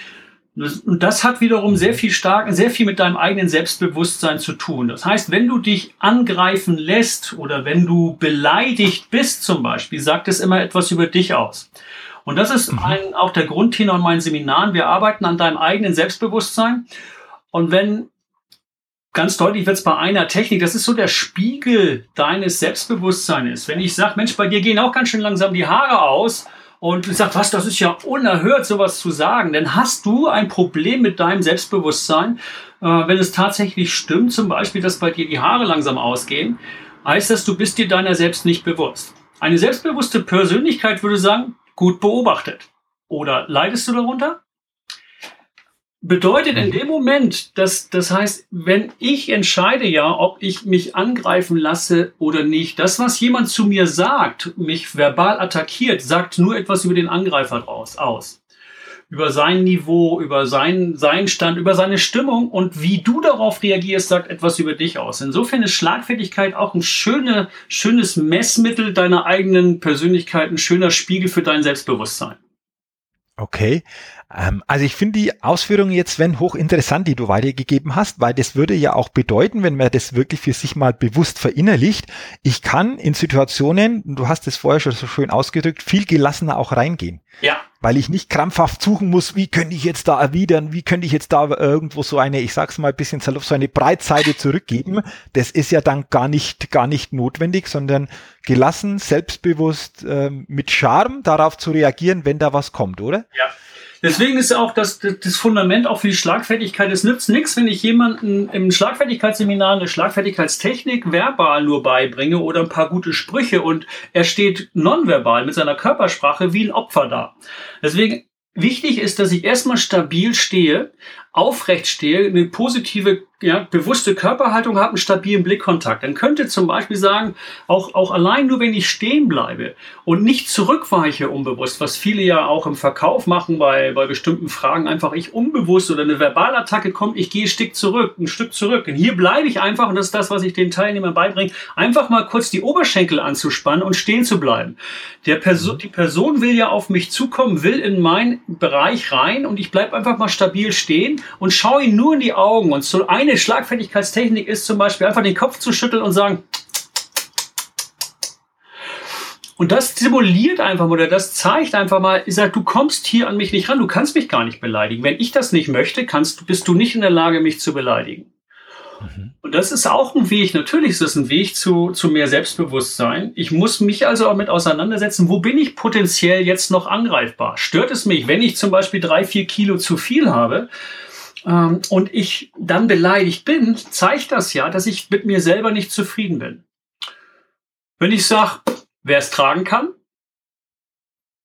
Und das hat wiederum sehr viel stark, sehr viel mit deinem eigenen Selbstbewusstsein zu tun. Das heißt, wenn du dich angreifen lässt oder wenn du beleidigt bist zum Beispiel, sagt es immer etwas über dich aus. Und das ist mhm. ein, auch der Grundtenor in meinen Seminaren. Wir arbeiten an deinem eigenen Selbstbewusstsein. Und wenn ganz deutlich wird es bei einer Technik, das ist so der Spiegel deines Selbstbewusstseins. Wenn ich sage, Mensch, bei dir gehen auch ganz schön langsam die Haare aus und du sagst, was, das ist ja unerhört, sowas zu sagen, dann hast du ein Problem mit deinem Selbstbewusstsein. Äh, wenn es tatsächlich stimmt, zum Beispiel, dass bei dir die Haare langsam ausgehen, heißt das, du bist dir deiner selbst nicht bewusst. Eine selbstbewusste Persönlichkeit würde sagen, gut beobachtet. Oder leidest du darunter? Bedeutet in dem Moment, dass, das heißt, wenn ich entscheide ja, ob ich mich angreifen lasse oder nicht, das, was jemand zu mir sagt, mich verbal attackiert, sagt nur etwas über den Angreifer draus, aus. Über sein Niveau, über seinen, seinen Stand, über seine Stimmung und wie du darauf reagierst, sagt etwas über dich aus. Insofern ist Schlagfertigkeit auch ein schöne, schönes Messmittel deiner eigenen Persönlichkeit, ein schöner Spiegel für dein Selbstbewusstsein. Okay, ähm, also ich finde die Ausführungen jetzt, Sven, hochinteressant, die du weitergegeben hast, weil das würde ja auch bedeuten, wenn man das wirklich für sich mal bewusst verinnerlicht, ich kann in Situationen, du hast es vorher schon so schön ausgedrückt, viel gelassener auch reingehen. Ja. Weil ich nicht krampfhaft suchen muss, wie könnte ich jetzt da erwidern, wie könnte ich jetzt da irgendwo so eine, ich sag's mal ein bisschen salopp, so eine Breitseite zurückgeben. Das ist ja dann gar nicht, gar nicht notwendig, sondern gelassen, selbstbewusst, ähm, mit Charme darauf zu reagieren, wenn da was kommt, oder? Ja. Deswegen ist auch das, das Fundament auch für die Schlagfertigkeit. Es nützt nichts, wenn ich jemanden im Schlagfertigkeitsseminar eine Schlagfertigkeitstechnik verbal nur beibringe oder ein paar gute Sprüche und er steht nonverbal mit seiner Körpersprache wie ein Opfer da. Deswegen wichtig ist, dass ich erstmal stabil stehe, aufrecht stehe, eine positive, ja, bewusste Körperhaltung habe, einen stabilen Blickkontakt. Dann könnte zum Beispiel sagen, auch, auch allein nur, wenn ich stehen bleibe und nicht zurückweiche unbewusst, was viele ja auch im Verkauf machen bei, bei bestimmten Fragen, einfach ich unbewusst oder eine Verbalattacke kommt, ich gehe ein Stück zurück, ein Stück zurück. Und hier bleibe ich einfach, und das ist das, was ich den Teilnehmern beibringe, einfach mal kurz die Oberschenkel anzuspannen und stehen zu bleiben. Der Person, die Person will ja auf mich zukommen, will in meinen Bereich rein und ich bleibe einfach mal stabil stehen und schaue ihn nur in die Augen. Und so eine Schlagfertigkeitstechnik ist zum Beispiel einfach den Kopf zu schütteln und sagen. Und das simuliert einfach oder das zeigt einfach mal, ich sag, du kommst hier an mich nicht ran, du kannst mich gar nicht beleidigen. Wenn ich das nicht möchte, kannst, bist du nicht in der Lage, mich zu beleidigen. Mhm. Und das ist auch ein Weg, natürlich ist das ein Weg zu, zu mehr Selbstbewusstsein. Ich muss mich also auch mit auseinandersetzen, wo bin ich potenziell jetzt noch angreifbar? Stört es mich, wenn ich zum Beispiel drei, vier Kilo zu viel habe? Und ich dann beleidigt bin, zeigt das ja, dass ich mit mir selber nicht zufrieden bin. Wenn ich sage, wer es tragen kann, ja,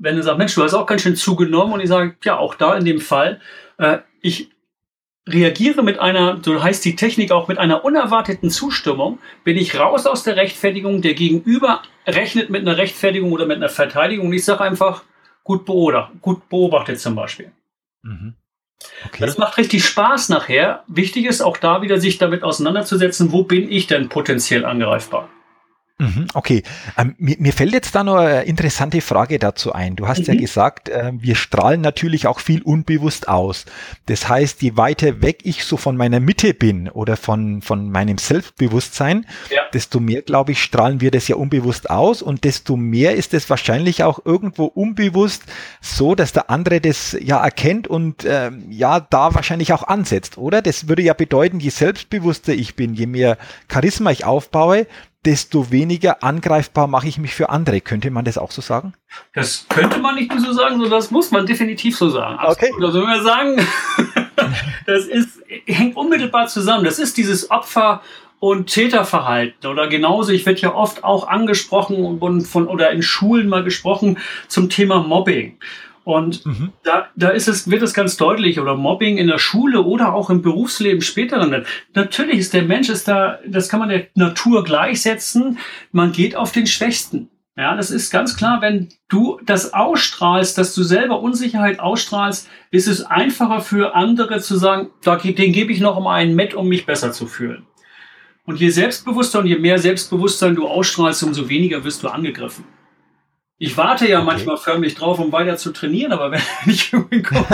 wenn du sagst, Mensch, du hast auch ganz schön zugenommen und ich sage, ja, auch da in dem Fall, äh, ich reagiere mit einer, so heißt die Technik auch, mit einer unerwarteten Zustimmung, bin ich raus aus der Rechtfertigung, der Gegenüber rechnet mit einer Rechtfertigung oder mit einer Verteidigung und ich sage einfach, gut beobachtet, gut beobachtet zum Beispiel. Mhm. Okay. Das macht richtig Spaß nachher. Wichtig ist auch da wieder, sich damit auseinanderzusetzen, wo bin ich denn potenziell angreifbar? Okay, ähm, mir, mir fällt jetzt da noch eine interessante Frage dazu ein. Du hast mhm. ja gesagt, äh, wir strahlen natürlich auch viel unbewusst aus. Das heißt, je weiter weg ich so von meiner Mitte bin oder von, von meinem Selbstbewusstsein, ja. desto mehr, glaube ich, strahlen wir das ja unbewusst aus und desto mehr ist es wahrscheinlich auch irgendwo unbewusst so, dass der andere das ja erkennt und äh, ja da wahrscheinlich auch ansetzt, oder? Das würde ja bedeuten, je selbstbewusster ich bin, je mehr Charisma ich aufbaue, desto weniger angreifbar mache ich mich für andere. Könnte man das auch so sagen? Das könnte man nicht nur so sagen, sondern das muss man definitiv so sagen. Okay. Absolut. Also wenn wir sagen, das ist, hängt unmittelbar zusammen. Das ist dieses Opfer- und Täterverhalten. Oder genauso, ich werde ja oft auch angesprochen und von, oder in Schulen mal gesprochen zum Thema Mobbing. Und mhm. da, da ist es, wird es ganz deutlich, oder Mobbing in der Schule oder auch im Berufsleben später. Natürlich ist der Mensch, ist da, das kann man der Natur gleichsetzen. Man geht auf den Schwächsten. Ja, das ist ganz klar, wenn du das ausstrahlst, dass du selber Unsicherheit ausstrahlst, ist es einfacher für andere zu sagen, den gebe ich noch mal einen mit, um mich besser zu fühlen. Und je selbstbewusster und je mehr Selbstbewusstsein du ausstrahlst, umso weniger wirst du angegriffen. Ich warte ja okay. manchmal förmlich drauf, um weiter zu trainieren, aber wenn ich irgendwie komme.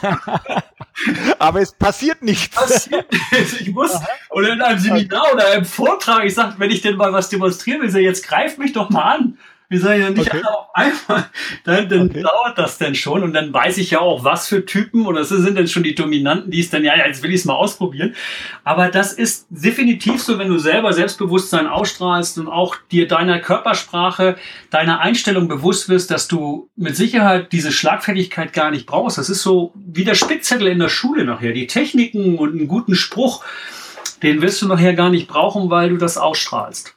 Aber es passiert nichts. Passiert nichts. Ich muss, oder in einem Seminar oder einem Vortrag, ich sage, wenn ich denn mal was demonstrieren will, ich sage, jetzt greif mich doch mal an. Wir sagen ja nicht okay. alle auf einmal, dann, dann okay. dauert das denn schon und dann weiß ich ja auch, was für Typen oder so sind denn schon die Dominanten, die es dann, ja, jetzt will ich es mal ausprobieren. Aber das ist definitiv so, wenn du selber Selbstbewusstsein ausstrahlst und auch dir deiner Körpersprache, deiner Einstellung bewusst wirst, dass du mit Sicherheit diese Schlagfertigkeit gar nicht brauchst. Das ist so wie der Spickzettel in der Schule nachher. Die Techniken und einen guten Spruch, den wirst du nachher gar nicht brauchen, weil du das ausstrahlst.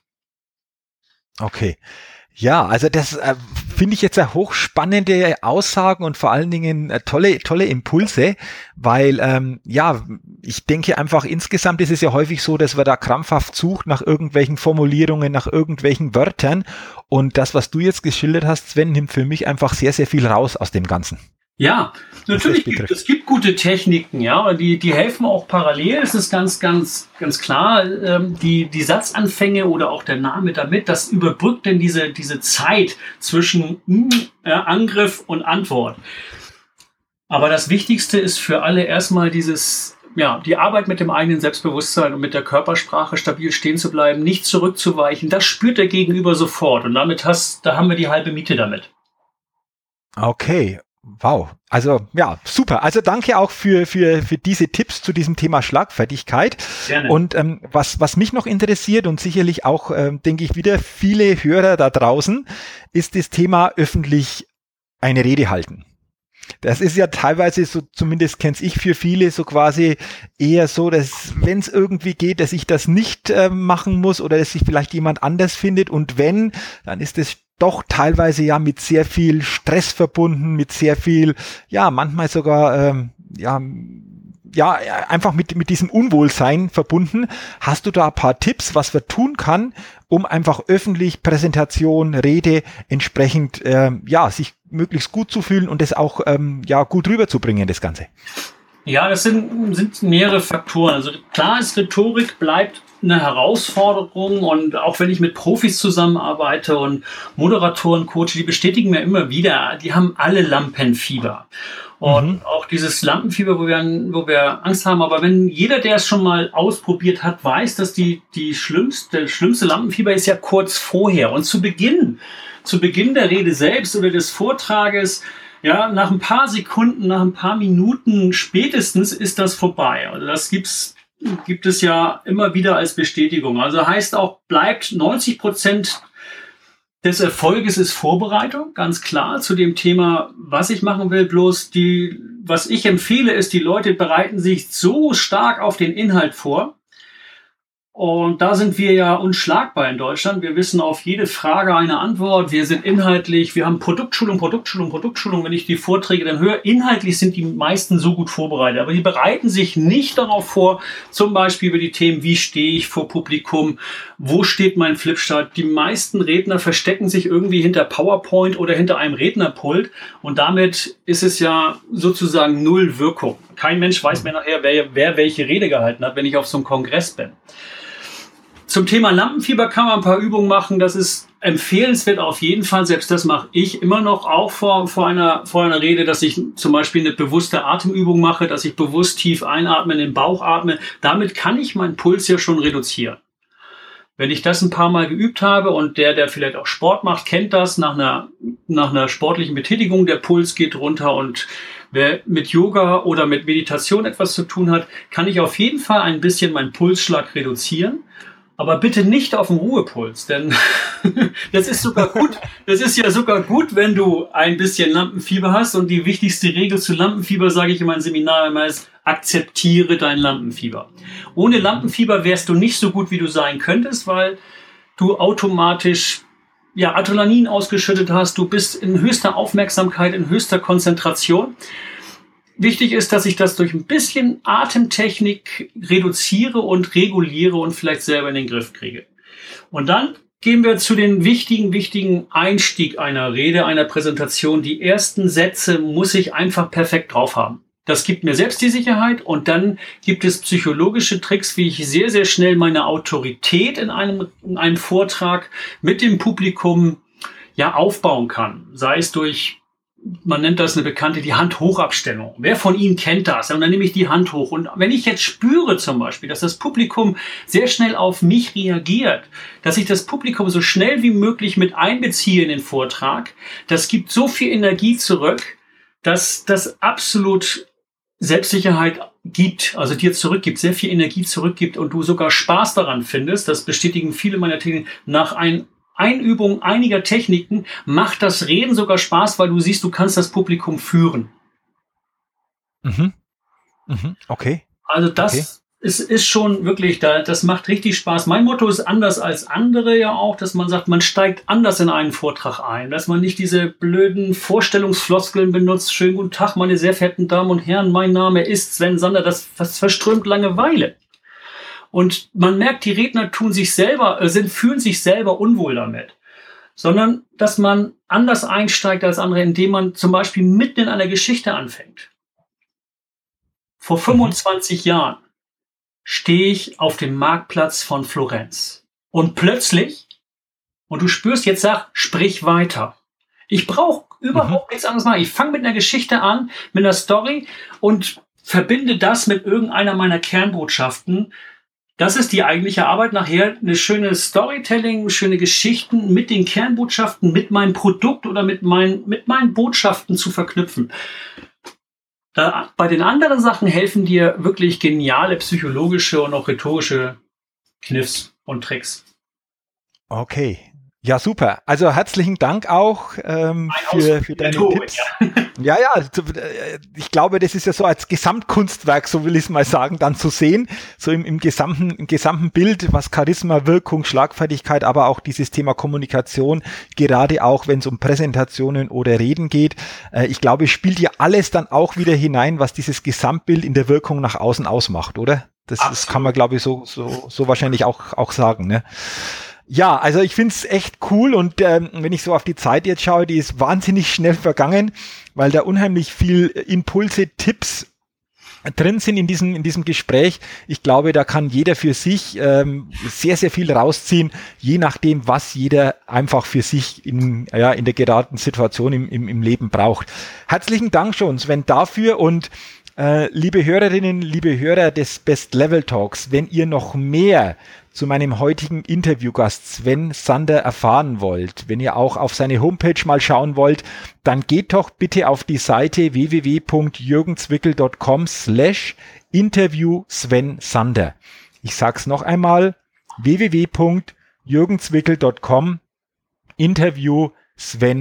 Okay. Ja, also das äh, finde ich jetzt eine hochspannende Aussagen und vor allen Dingen äh, tolle, tolle Impulse, weil ähm, ja, ich denke einfach insgesamt ist es ja häufig so, dass man da krampfhaft sucht nach irgendwelchen Formulierungen, nach irgendwelchen Wörtern und das, was du jetzt geschildert hast, Sven, nimmt für mich einfach sehr, sehr viel raus aus dem Ganzen. Ja, natürlich gibt es gibt gute Techniken, ja, die die helfen auch parallel. Es ist ganz ganz ganz klar, ähm, die die Satzanfänge oder auch der Name damit, das überbrückt denn diese diese Zeit zwischen äh, Angriff und Antwort. Aber das Wichtigste ist für alle erstmal dieses ja, die Arbeit mit dem eigenen Selbstbewusstsein und mit der Körpersprache stabil stehen zu bleiben, nicht zurückzuweichen. Das spürt der Gegenüber sofort und damit hast da haben wir die halbe Miete damit. Okay. Wow, also ja, super. Also danke auch für für für diese Tipps zu diesem Thema Schlagfertigkeit. Gerne. Und ähm, was was mich noch interessiert und sicherlich auch, ähm, denke ich, wieder viele Hörer da draußen, ist das Thema öffentlich eine Rede halten. Das ist ja teilweise so, zumindest kenn's ich für viele, so quasi eher so, dass wenn es irgendwie geht, dass ich das nicht äh, machen muss oder dass sich vielleicht jemand anders findet und wenn, dann ist es doch teilweise ja mit sehr viel Stress verbunden, mit sehr viel, ja, manchmal sogar, ähm, ja, ja, einfach mit, mit diesem Unwohlsein verbunden. Hast du da ein paar Tipps, was man tun kann, um einfach öffentlich Präsentation, Rede entsprechend, ähm, ja, sich möglichst gut zu fühlen und das auch, ähm, ja, gut rüberzubringen, das Ganze? Ja, das sind, sind mehrere Faktoren. Also klar ist, Rhetorik bleibt eine Herausforderung und auch wenn ich mit Profis zusammenarbeite und Moderatoren, Coach, die bestätigen mir immer wieder, die haben alle Lampenfieber. Und mhm. auch dieses Lampenfieber, wo wir, wo wir Angst haben. Aber wenn jeder, der es schon mal ausprobiert hat, weiß, dass die, die schlimmste, schlimmste Lampenfieber ist ja kurz vorher. Und zu Beginn, zu Beginn der Rede selbst oder des Vortrages, ja, nach ein paar Sekunden, nach ein paar Minuten spätestens ist das vorbei. Also das gibt's, gibt es ja immer wieder als Bestätigung. Also heißt auch, bleibt neunzig Prozent des Erfolges ist Vorbereitung, ganz klar, zu dem Thema, was ich machen will. Bloß die, was ich empfehle, ist, die Leute bereiten sich so stark auf den Inhalt vor, Und da sind wir ja unschlagbar in Deutschland. Wir wissen auf jede Frage eine Antwort. Wir sind inhaltlich, wir haben Produktschulung, Produktschulung, Produktschulung. Wenn ich die Vorträge dann höre, inhaltlich sind die meisten so gut vorbereitet. Aber die bereiten sich nicht darauf vor, zum Beispiel über die Themen, wie stehe ich vor Publikum, wo steht mein Flipchart. Die meisten Redner verstecken sich irgendwie hinter PowerPoint oder hinter einem Rednerpult. Und damit ist es ja sozusagen null Wirkung. Kein Mensch weiß mehr nachher, wer, wer welche Rede gehalten hat, wenn ich auf so einem Kongress bin. Zum Thema Lampenfieber kann man ein paar Übungen machen. Das ist empfehlenswert auf jeden Fall. Selbst das mache ich immer noch auch vor, vor, einer, vor einer Rede, dass ich zum Beispiel eine bewusste Atemübung mache, dass ich bewusst tief einatme, in den Bauch atme. Damit kann ich meinen Puls ja schon reduzieren. Wenn ich das ein paar Mal geübt habe und der, der vielleicht auch Sport macht, kennt das, nach einer, nach einer sportlichen Betätigung, der Puls geht runter, und wer mit Yoga oder mit Meditation etwas zu tun hat, kann ich auf jeden Fall ein bisschen meinen Pulsschlag reduzieren. Aber bitte nicht auf dem Ruhepuls, denn das ist sogar gut. Das ist ja sogar gut, wenn du ein bisschen Lampenfieber hast. Und die wichtigste Regel zu Lampenfieber, sage ich in meinem Seminar immer, ist: akzeptiere dein Lampenfieber. Ohne Lampenfieber wärst du nicht so gut, wie du sein könntest, weil du automatisch ja Adrenalin ausgeschüttet hast. Du bist in höchster Aufmerksamkeit, in höchster Konzentration. Wichtig ist, dass ich das durch ein bisschen Atemtechnik reduziere und reguliere und vielleicht selber in den Griff kriege. Und dann gehen wir zu den wichtigen, wichtigen Einstieg einer Rede, einer Präsentation. Die ersten Sätze muss ich einfach perfekt drauf haben. Das gibt mir selbst die Sicherheit, und dann gibt es psychologische Tricks, wie ich sehr, sehr schnell meine Autorität in einem, in einem Vortrag mit dem Publikum ja aufbauen kann. Sei es durch, man nennt das eine bekannte, die Hand-Hoch-Abstellung. Wer von Ihnen kennt das? Und dann nehme ich die Hand hoch. Und wenn ich jetzt spüre zum Beispiel, dass das Publikum sehr schnell auf mich reagiert, dass ich das Publikum so schnell wie möglich mit einbeziehe in den Vortrag, das gibt so viel Energie zurück, dass das absolut Selbstsicherheit gibt, also dir zurückgibt, sehr viel Energie zurückgibt und du sogar Spaß daran findest. Das bestätigen viele meiner Techniken. Nach ein Einübung einiger Techniken macht das Reden sogar Spaß, weil du siehst, du kannst das Publikum führen. Mhm. Mhm. Okay. Also das okay. ist, ist schon wirklich, da, das macht richtig Spaß. Mein Motto ist anders als andere ja auch, dass man sagt, man steigt anders in einen Vortrag ein, dass man nicht diese blöden Vorstellungsfloskeln benutzt. Schönen guten Tag, meine sehr verehrten Damen und Herren, mein Name ist Sven Sander. Das, das verströmt Langeweile. Und man merkt, die Redner tun sich selber, äh, sind, fühlen sich selber unwohl damit. Sondern, dass man anders einsteigt als andere, indem man zum Beispiel mitten in einer Geschichte anfängt. Vor fünfundzwanzig mhm. Jahren stehe ich auf dem Marktplatz von Florenz. Und plötzlich, und du spürst, jetzt sag, sprich weiter. Ich brauche überhaupt mhm. nichts anderes machen. Ich fange mit einer Geschichte an, mit einer Story, und verbinde das mit irgendeiner meiner Kernbotschaften. Das ist die eigentliche Arbeit nachher, eine schöne Storytelling, schöne Geschichten mit den Kernbotschaften, mit meinem Produkt oder mit meinen, mit meinen Botschaften zu verknüpfen. Da, bei den anderen Sachen helfen dir wirklich geniale psychologische und auch rhetorische Kniffs und Tricks. Okay. Ja, super. Also herzlichen Dank auch ähm, für, für deine Rhetorik, Tipps. Ja. ja, ja, ich glaube, das ist ja so als Gesamtkunstwerk, so will ich es mal sagen, dann zu sehen, so im, im, gesamten, im gesamten Bild, was Charisma, Wirkung, Schlagfertigkeit, aber auch dieses Thema Kommunikation, gerade auch, wenn es um Präsentationen oder Reden geht. Äh, ich glaube, spielt ja alles dann auch wieder hinein, was dieses Gesamtbild in der Wirkung nach außen ausmacht, oder? Das, das kann man, glaube ich, so, so, so wahrscheinlich auch, auch sagen, ne? Ja, also ich find's echt cool, und ähm, wenn ich so auf die Zeit jetzt schaue, die ist wahnsinnig schnell vergangen, weil da unheimlich viel Impulse, Tipps drin sind in diesem, in diesem Gespräch. Ich glaube, da kann jeder für sich ähm, sehr, sehr viel rausziehen, je nachdem, was jeder einfach für sich in, ja, in der geraden Situation im, im, im Leben braucht. Herzlichen Dank schon, Sven, dafür, und äh, liebe Hörerinnen, liebe Hörer des Best Level Talks, wenn ihr noch mehr zu meinem heutigen Interviewgast Sven Sander erfahren wollt, wenn ihr auch auf seine Homepage mal schauen wollt, dann geht doch bitte auf die Seite w w w punkt jürgenzwickel punkt com slash interview Sven Sander. Ich sag's noch einmal, w w w punkt jürgenzwickel punkt com interview Sven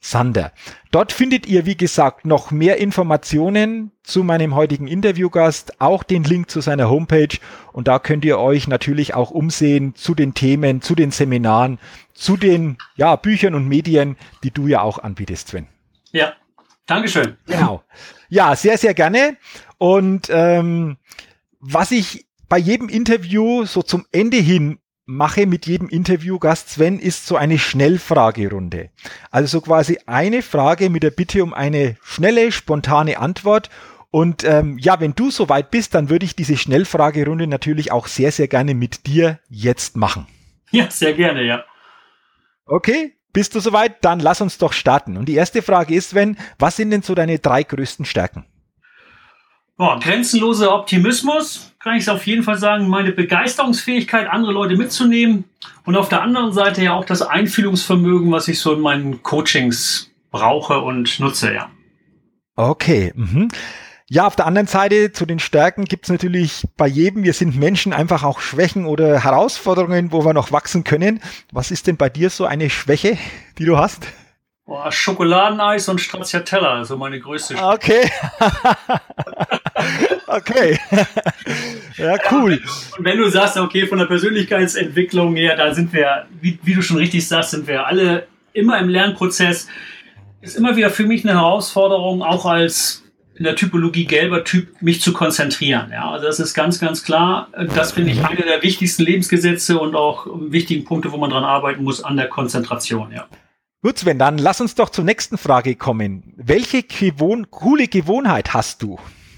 Sander. Dort findet ihr, wie gesagt, noch mehr Informationen zu meinem heutigen Interviewgast, auch den Link zu seiner Homepage, und da könnt ihr euch natürlich auch umsehen zu den Themen, zu den Seminaren, zu den ja, Büchern und Medien, die du ja auch anbietest, Sven. Ja, Dankeschön. Genau. Ja, sehr, sehr gerne. Und ähm, was ich bei jedem Interview so zum Ende hin mache mit jedem Interviewgast, Sven, ist so eine Schnellfragerunde. Also so quasi eine Frage mit der Bitte um eine schnelle, spontane Antwort. Und ähm, ja, wenn du soweit bist, dann würde ich diese Schnellfragerunde natürlich auch sehr, sehr gerne mit dir jetzt machen. Ja, sehr gerne, ja. Okay, bist du soweit? Dann lass uns doch starten. Und die erste Frage ist, Sven, was sind denn so deine drei größten Stärken? Boah, grenzenloser Optimismus, kann ich auf jeden Fall sagen, meine Begeisterungsfähigkeit, andere Leute mitzunehmen, und auf der anderen Seite ja auch das Einfühlungsvermögen, was ich so in meinen Coachings brauche und nutze, ja. Okay, mhm. Ja, auf der anderen Seite zu den Stärken gibt es natürlich bei jedem, wir sind Menschen, einfach auch Schwächen oder Herausforderungen, wo wir noch wachsen können. Was ist denn bei dir so eine Schwäche, die du hast? Boah, Schokoladeneis und Stracciatella, also meine größte Schwäche. Okay. Okay. Ja, cool. Und wenn du sagst, okay, von der Persönlichkeitsentwicklung her, da sind wir, wie, wie du schon richtig sagst, sind wir alle immer im Lernprozess. Ist immer wieder für mich eine Herausforderung, auch als in der Typologie gelber Typ, mich zu konzentrieren. Ja, also das ist ganz, ganz klar. Das finde ich eine der wichtigsten Lebensgesetze und auch wichtigen Punkte, wo man dran arbeiten muss, an der Konzentration, ja. Gut, Sven, dann lass uns doch zur nächsten Frage kommen. Welche gewohn- coole Gewohnheit hast du?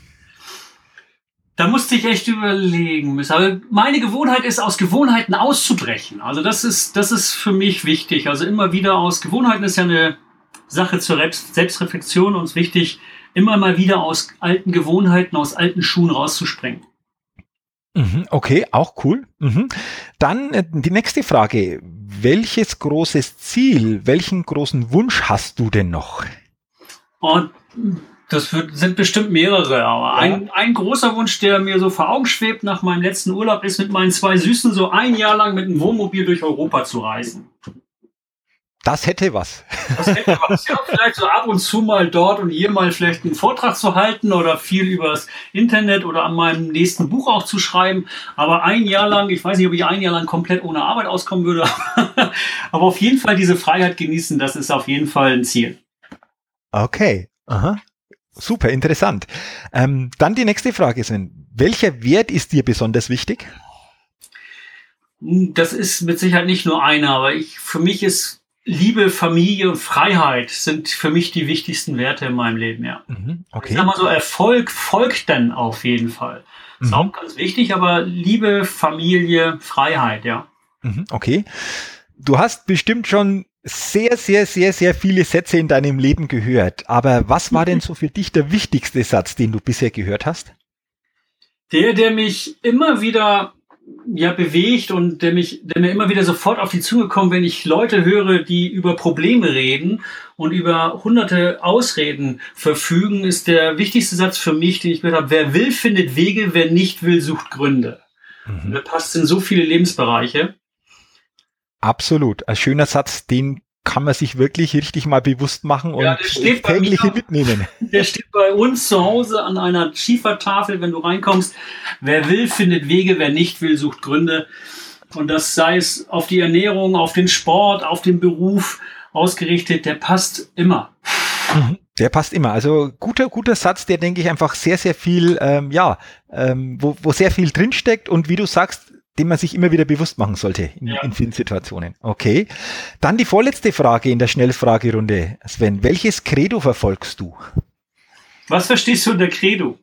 Da musste ich echt überlegen. Aber meine Gewohnheit ist, aus Gewohnheiten auszubrechen. Also das ist, das ist für mich wichtig. Also immer wieder aus Gewohnheiten ist ja eine Sache zur Selbstreflexion, und es ist wichtig, immer mal wieder aus alten Gewohnheiten, aus alten Schuhen rauszuspringen. Okay, auch cool. Dann äh, die nächste Frage. Welches großes Ziel, welchen großen Wunsch hast du denn noch? Und das wird, sind bestimmt mehrere, aber ja. ein, ein großer Wunsch, der mir so vor Augen schwebt nach meinem letzten Urlaub, ist, mit meinen zwei Süßen so ein Jahr lang mit einem Wohnmobil durch Europa zu reisen. Das hätte was. Das hätte was. Ja, vielleicht so ab und zu mal dort und hier mal vielleicht einen Vortrag zu halten oder viel übers Internet oder an meinem nächsten Buch auch zu schreiben. Aber ein Jahr lang, ich weiß nicht, ob ich ein Jahr lang komplett ohne Arbeit auskommen würde, aber auf jeden Fall diese Freiheit genießen, das ist auf jeden Fall ein Ziel. Okay, aha. Super, interessant. Ähm, dann die nächste Frage ist, welcher Wert ist dir besonders wichtig? Das ist mit Sicherheit nicht nur einer, aber ich, für mich ist Liebe, Familie und Freiheit sind für mich die wichtigsten Werte in meinem Leben, ja. Okay. Ich sag mal so, Erfolg folgt dann auf jeden Fall. Ist mhm. auch ganz wichtig, aber Liebe, Familie, Freiheit, ja. Okay. Du hast bestimmt schon sehr, sehr, sehr, sehr viele Sätze in deinem Leben gehört. Aber was war denn so für dich der wichtigste Satz, den du bisher gehört hast? Der, der mich immer wieder ja bewegt und der mich, der mir immer wieder sofort auf die Zunge kommt, wenn ich Leute höre, die über Probleme reden und über hunderte Ausreden verfügen, ist der wichtigste Satz für mich, den ich gehört habe: Wer will, findet Wege, wer nicht will, sucht Gründe. Mhm. Der passt in so viele Lebensbereiche. Absolut. Ein schöner Satz, den kann man sich wirklich richtig mal bewusst machen und ja, tägliche mitnehmen. Der steht bei uns zu Hause an einer Schiefertafel, wenn du reinkommst. Wer will, findet Wege, wer nicht will, sucht Gründe. Und das sei es auf die Ernährung, auf den Sport, auf den Beruf ausgerichtet, der passt immer. Der passt immer. Also guter, guter Satz, der, denke ich, einfach sehr, sehr viel, ähm, ja, ähm, wo, wo sehr viel drinsteckt und wie du sagst, den man sich immer wieder bewusst machen sollte in, ja. in vielen Situationen. Okay. Dann die vorletzte Frage in der Schnellfragerunde. Sven, welches Credo verfolgst du? Was verstehst du unter Credo?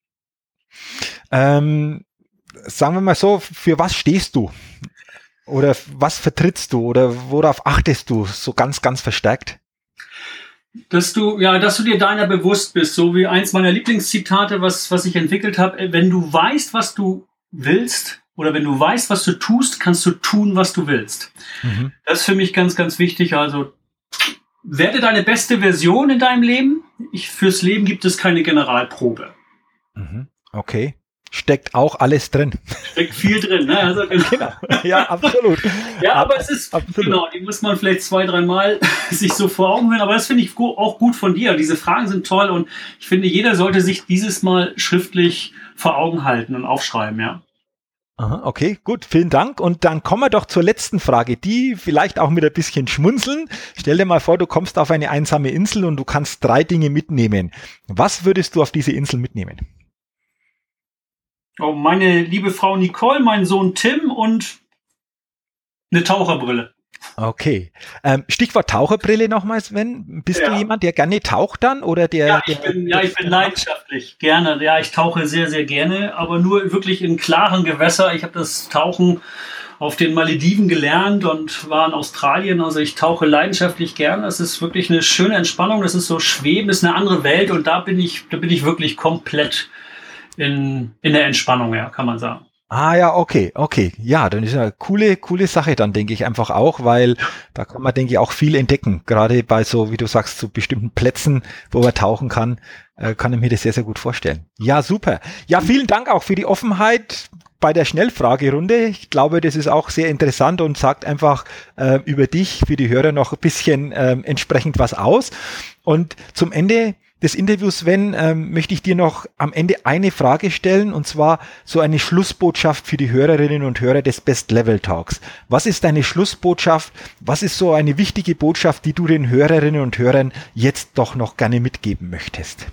Ähm, sagen wir mal so, für was stehst du? Oder was vertrittst du? Oder worauf achtest du so ganz, ganz verstärkt? Dass du, ja, dass du dir deiner bewusst bist, so wie eins meiner Lieblingszitate, was, was ich entwickelt habe. Wenn du weißt, was du willst, oder wenn du weißt, was du tust, kannst du tun, was du willst. Mhm. Das ist für mich ganz, ganz wichtig. Also werde deine beste Version in deinem Leben. Ich, fürs Leben gibt es keine Generalprobe. Mhm. Okay. steckt auch alles drin. Steckt viel drin, ne? Also, genau. Ja, absolut. Ja, aber es ist, absolut. Genau, die muss man vielleicht zwei, dreimal sich so vor Augen hören, aber das finde ich auch gut von dir. Diese Fragen sind toll und ich finde, jeder sollte sich dieses Mal schriftlich vor Augen halten und aufschreiben, ja. Aha, okay, gut, vielen Dank. Und dann kommen wir doch zur letzten Frage, die vielleicht auch mit ein bisschen schmunzeln. Stell dir mal vor, du kommst auf eine einsame Insel und du kannst drei Dinge mitnehmen. Was würdest du auf diese Insel mitnehmen? Oh, meine liebe Frau Nicole, mein Sohn Tim und eine Taucherbrille. Okay. Ähm, Stichwort Taucherbrille nochmal, Sven. Bist ja. du jemand, der gerne taucht dann? Oder der, ja, ich der, bin, ja, ich bin leidenschaftlich. Gerne. Ja, ich tauche sehr, sehr gerne, aber nur wirklich in klaren Gewässern. Ich habe das Tauchen auf den Malediven gelernt und war in Australien. Also ich tauche leidenschaftlich gern. Das ist wirklich eine schöne Entspannung. Das ist so Schweben, das ist eine andere Welt und da bin ich, da bin ich wirklich komplett in, in der Entspannung, ja, kann man sagen. Ah ja, okay, okay. Ja, dann ist eine coole, coole Sache dann, denke ich einfach auch, weil da kann man, denke ich, auch viel entdecken. Gerade bei so, wie du sagst, so bestimmten Plätzen, wo man tauchen kann, äh, kann ich mir das sehr, sehr gut vorstellen. Ja, super. Ja, vielen Dank auch für die Offenheit bei der Schnellfragerunde. Ich glaube, das ist auch sehr interessant und sagt einfach äh, über dich für die Hörer noch ein bisschen äh, entsprechend was aus. Und zum Ende des Interviews, Sven, ähm, möchte ich dir noch am Ende eine Frage stellen, und zwar so eine Schlussbotschaft für die Hörerinnen und Hörer des Best Level Talks. Was ist deine Schlussbotschaft? Was ist so eine wichtige Botschaft, die du den Hörerinnen und Hörern jetzt doch noch gerne mitgeben möchtest?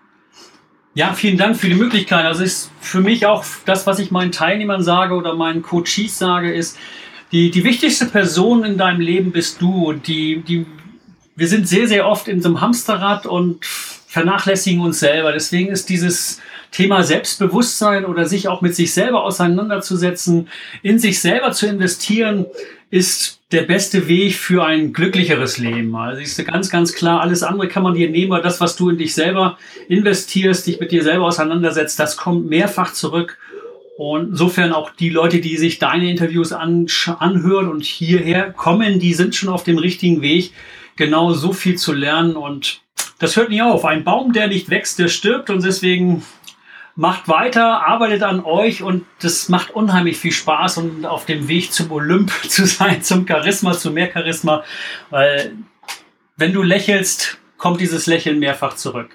Ja, vielen Dank für die Möglichkeit. Also ist für mich auch das, was ich meinen Teilnehmern sage oder meinen Coaches sage, ist, die, die wichtigste Person in deinem Leben bist du. Die, die, wir sind sehr, sehr oft in so einem Hamsterrad und vernachlässigen uns selber. Deswegen ist dieses Thema Selbstbewusstsein oder sich auch mit sich selber auseinanderzusetzen, in sich selber zu investieren, ist der beste Weg für ein glücklicheres Leben. Also ist ganz, ganz klar, alles andere kann man dir nehmen, aber das, was du in dich selber investierst, dich mit dir selber auseinandersetzt, das kommt mehrfach zurück. Und insofern auch die Leute, die sich deine Interviews anhören und hierher kommen, die sind schon auf dem richtigen Weg, genau so viel zu lernen, und das hört nie auf. Ein Baum, der nicht wächst, der stirbt, und deswegen macht weiter, arbeitet an euch, und das macht unheimlich viel Spaß, und auf dem Weg zum Olymp zu sein, zum Charisma, zu mehr Charisma, weil wenn du lächelst, kommt dieses Lächeln mehrfach zurück.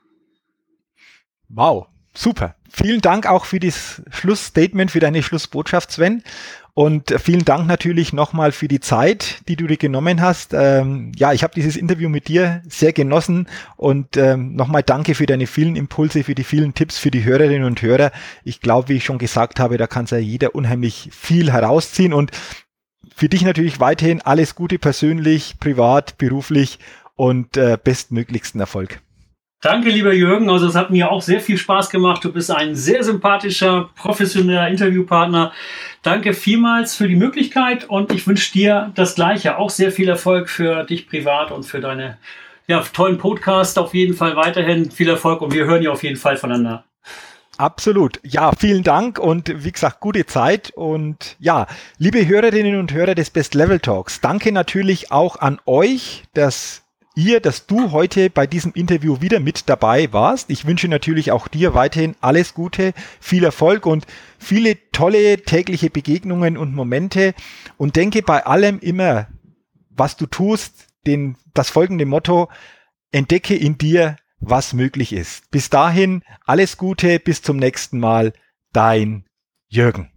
Wow, super. Vielen Dank auch für das Schlussstatement, für deine Schlussbotschaft, Sven. Und vielen Dank natürlich nochmal für die Zeit, die du dir genommen hast. Ähm, ja, ich habe dieses Interview mit dir sehr genossen, und ähm, nochmal danke für deine vielen Impulse, für die vielen Tipps für die Hörerinnen und Hörer. Ich glaube, wie ich schon gesagt habe, da kann sich ja jeder unheimlich viel herausziehen, und für dich natürlich weiterhin alles Gute persönlich, privat, beruflich und äh, bestmöglichsten Erfolg. Danke, lieber Jürgen. Also es hat mir auch sehr viel Spaß gemacht. Du bist ein sehr sympathischer, professioneller Interviewpartner. Danke vielmals für die Möglichkeit, und ich wünsche dir das Gleiche. Auch sehr viel Erfolg für dich privat und für deine ja, tollen Podcast. Auf jeden Fall weiterhin viel Erfolg, und wir hören ja auf jeden Fall voneinander. Absolut. Ja, vielen Dank, und wie gesagt, gute Zeit. Und ja, liebe Hörerinnen und Hörer des Best Level Talks, danke natürlich auch an euch, dass ihr, dass du heute bei diesem Interview wieder mit dabei warst. Ich wünsche natürlich auch dir weiterhin alles Gute, viel Erfolg und viele tolle tägliche Begegnungen und Momente, und denke bei allem immer, was du tust, den, das folgende Motto: Entdecke in dir, was möglich ist. Bis dahin, alles Gute, bis zum nächsten Mal, dein Jürgen.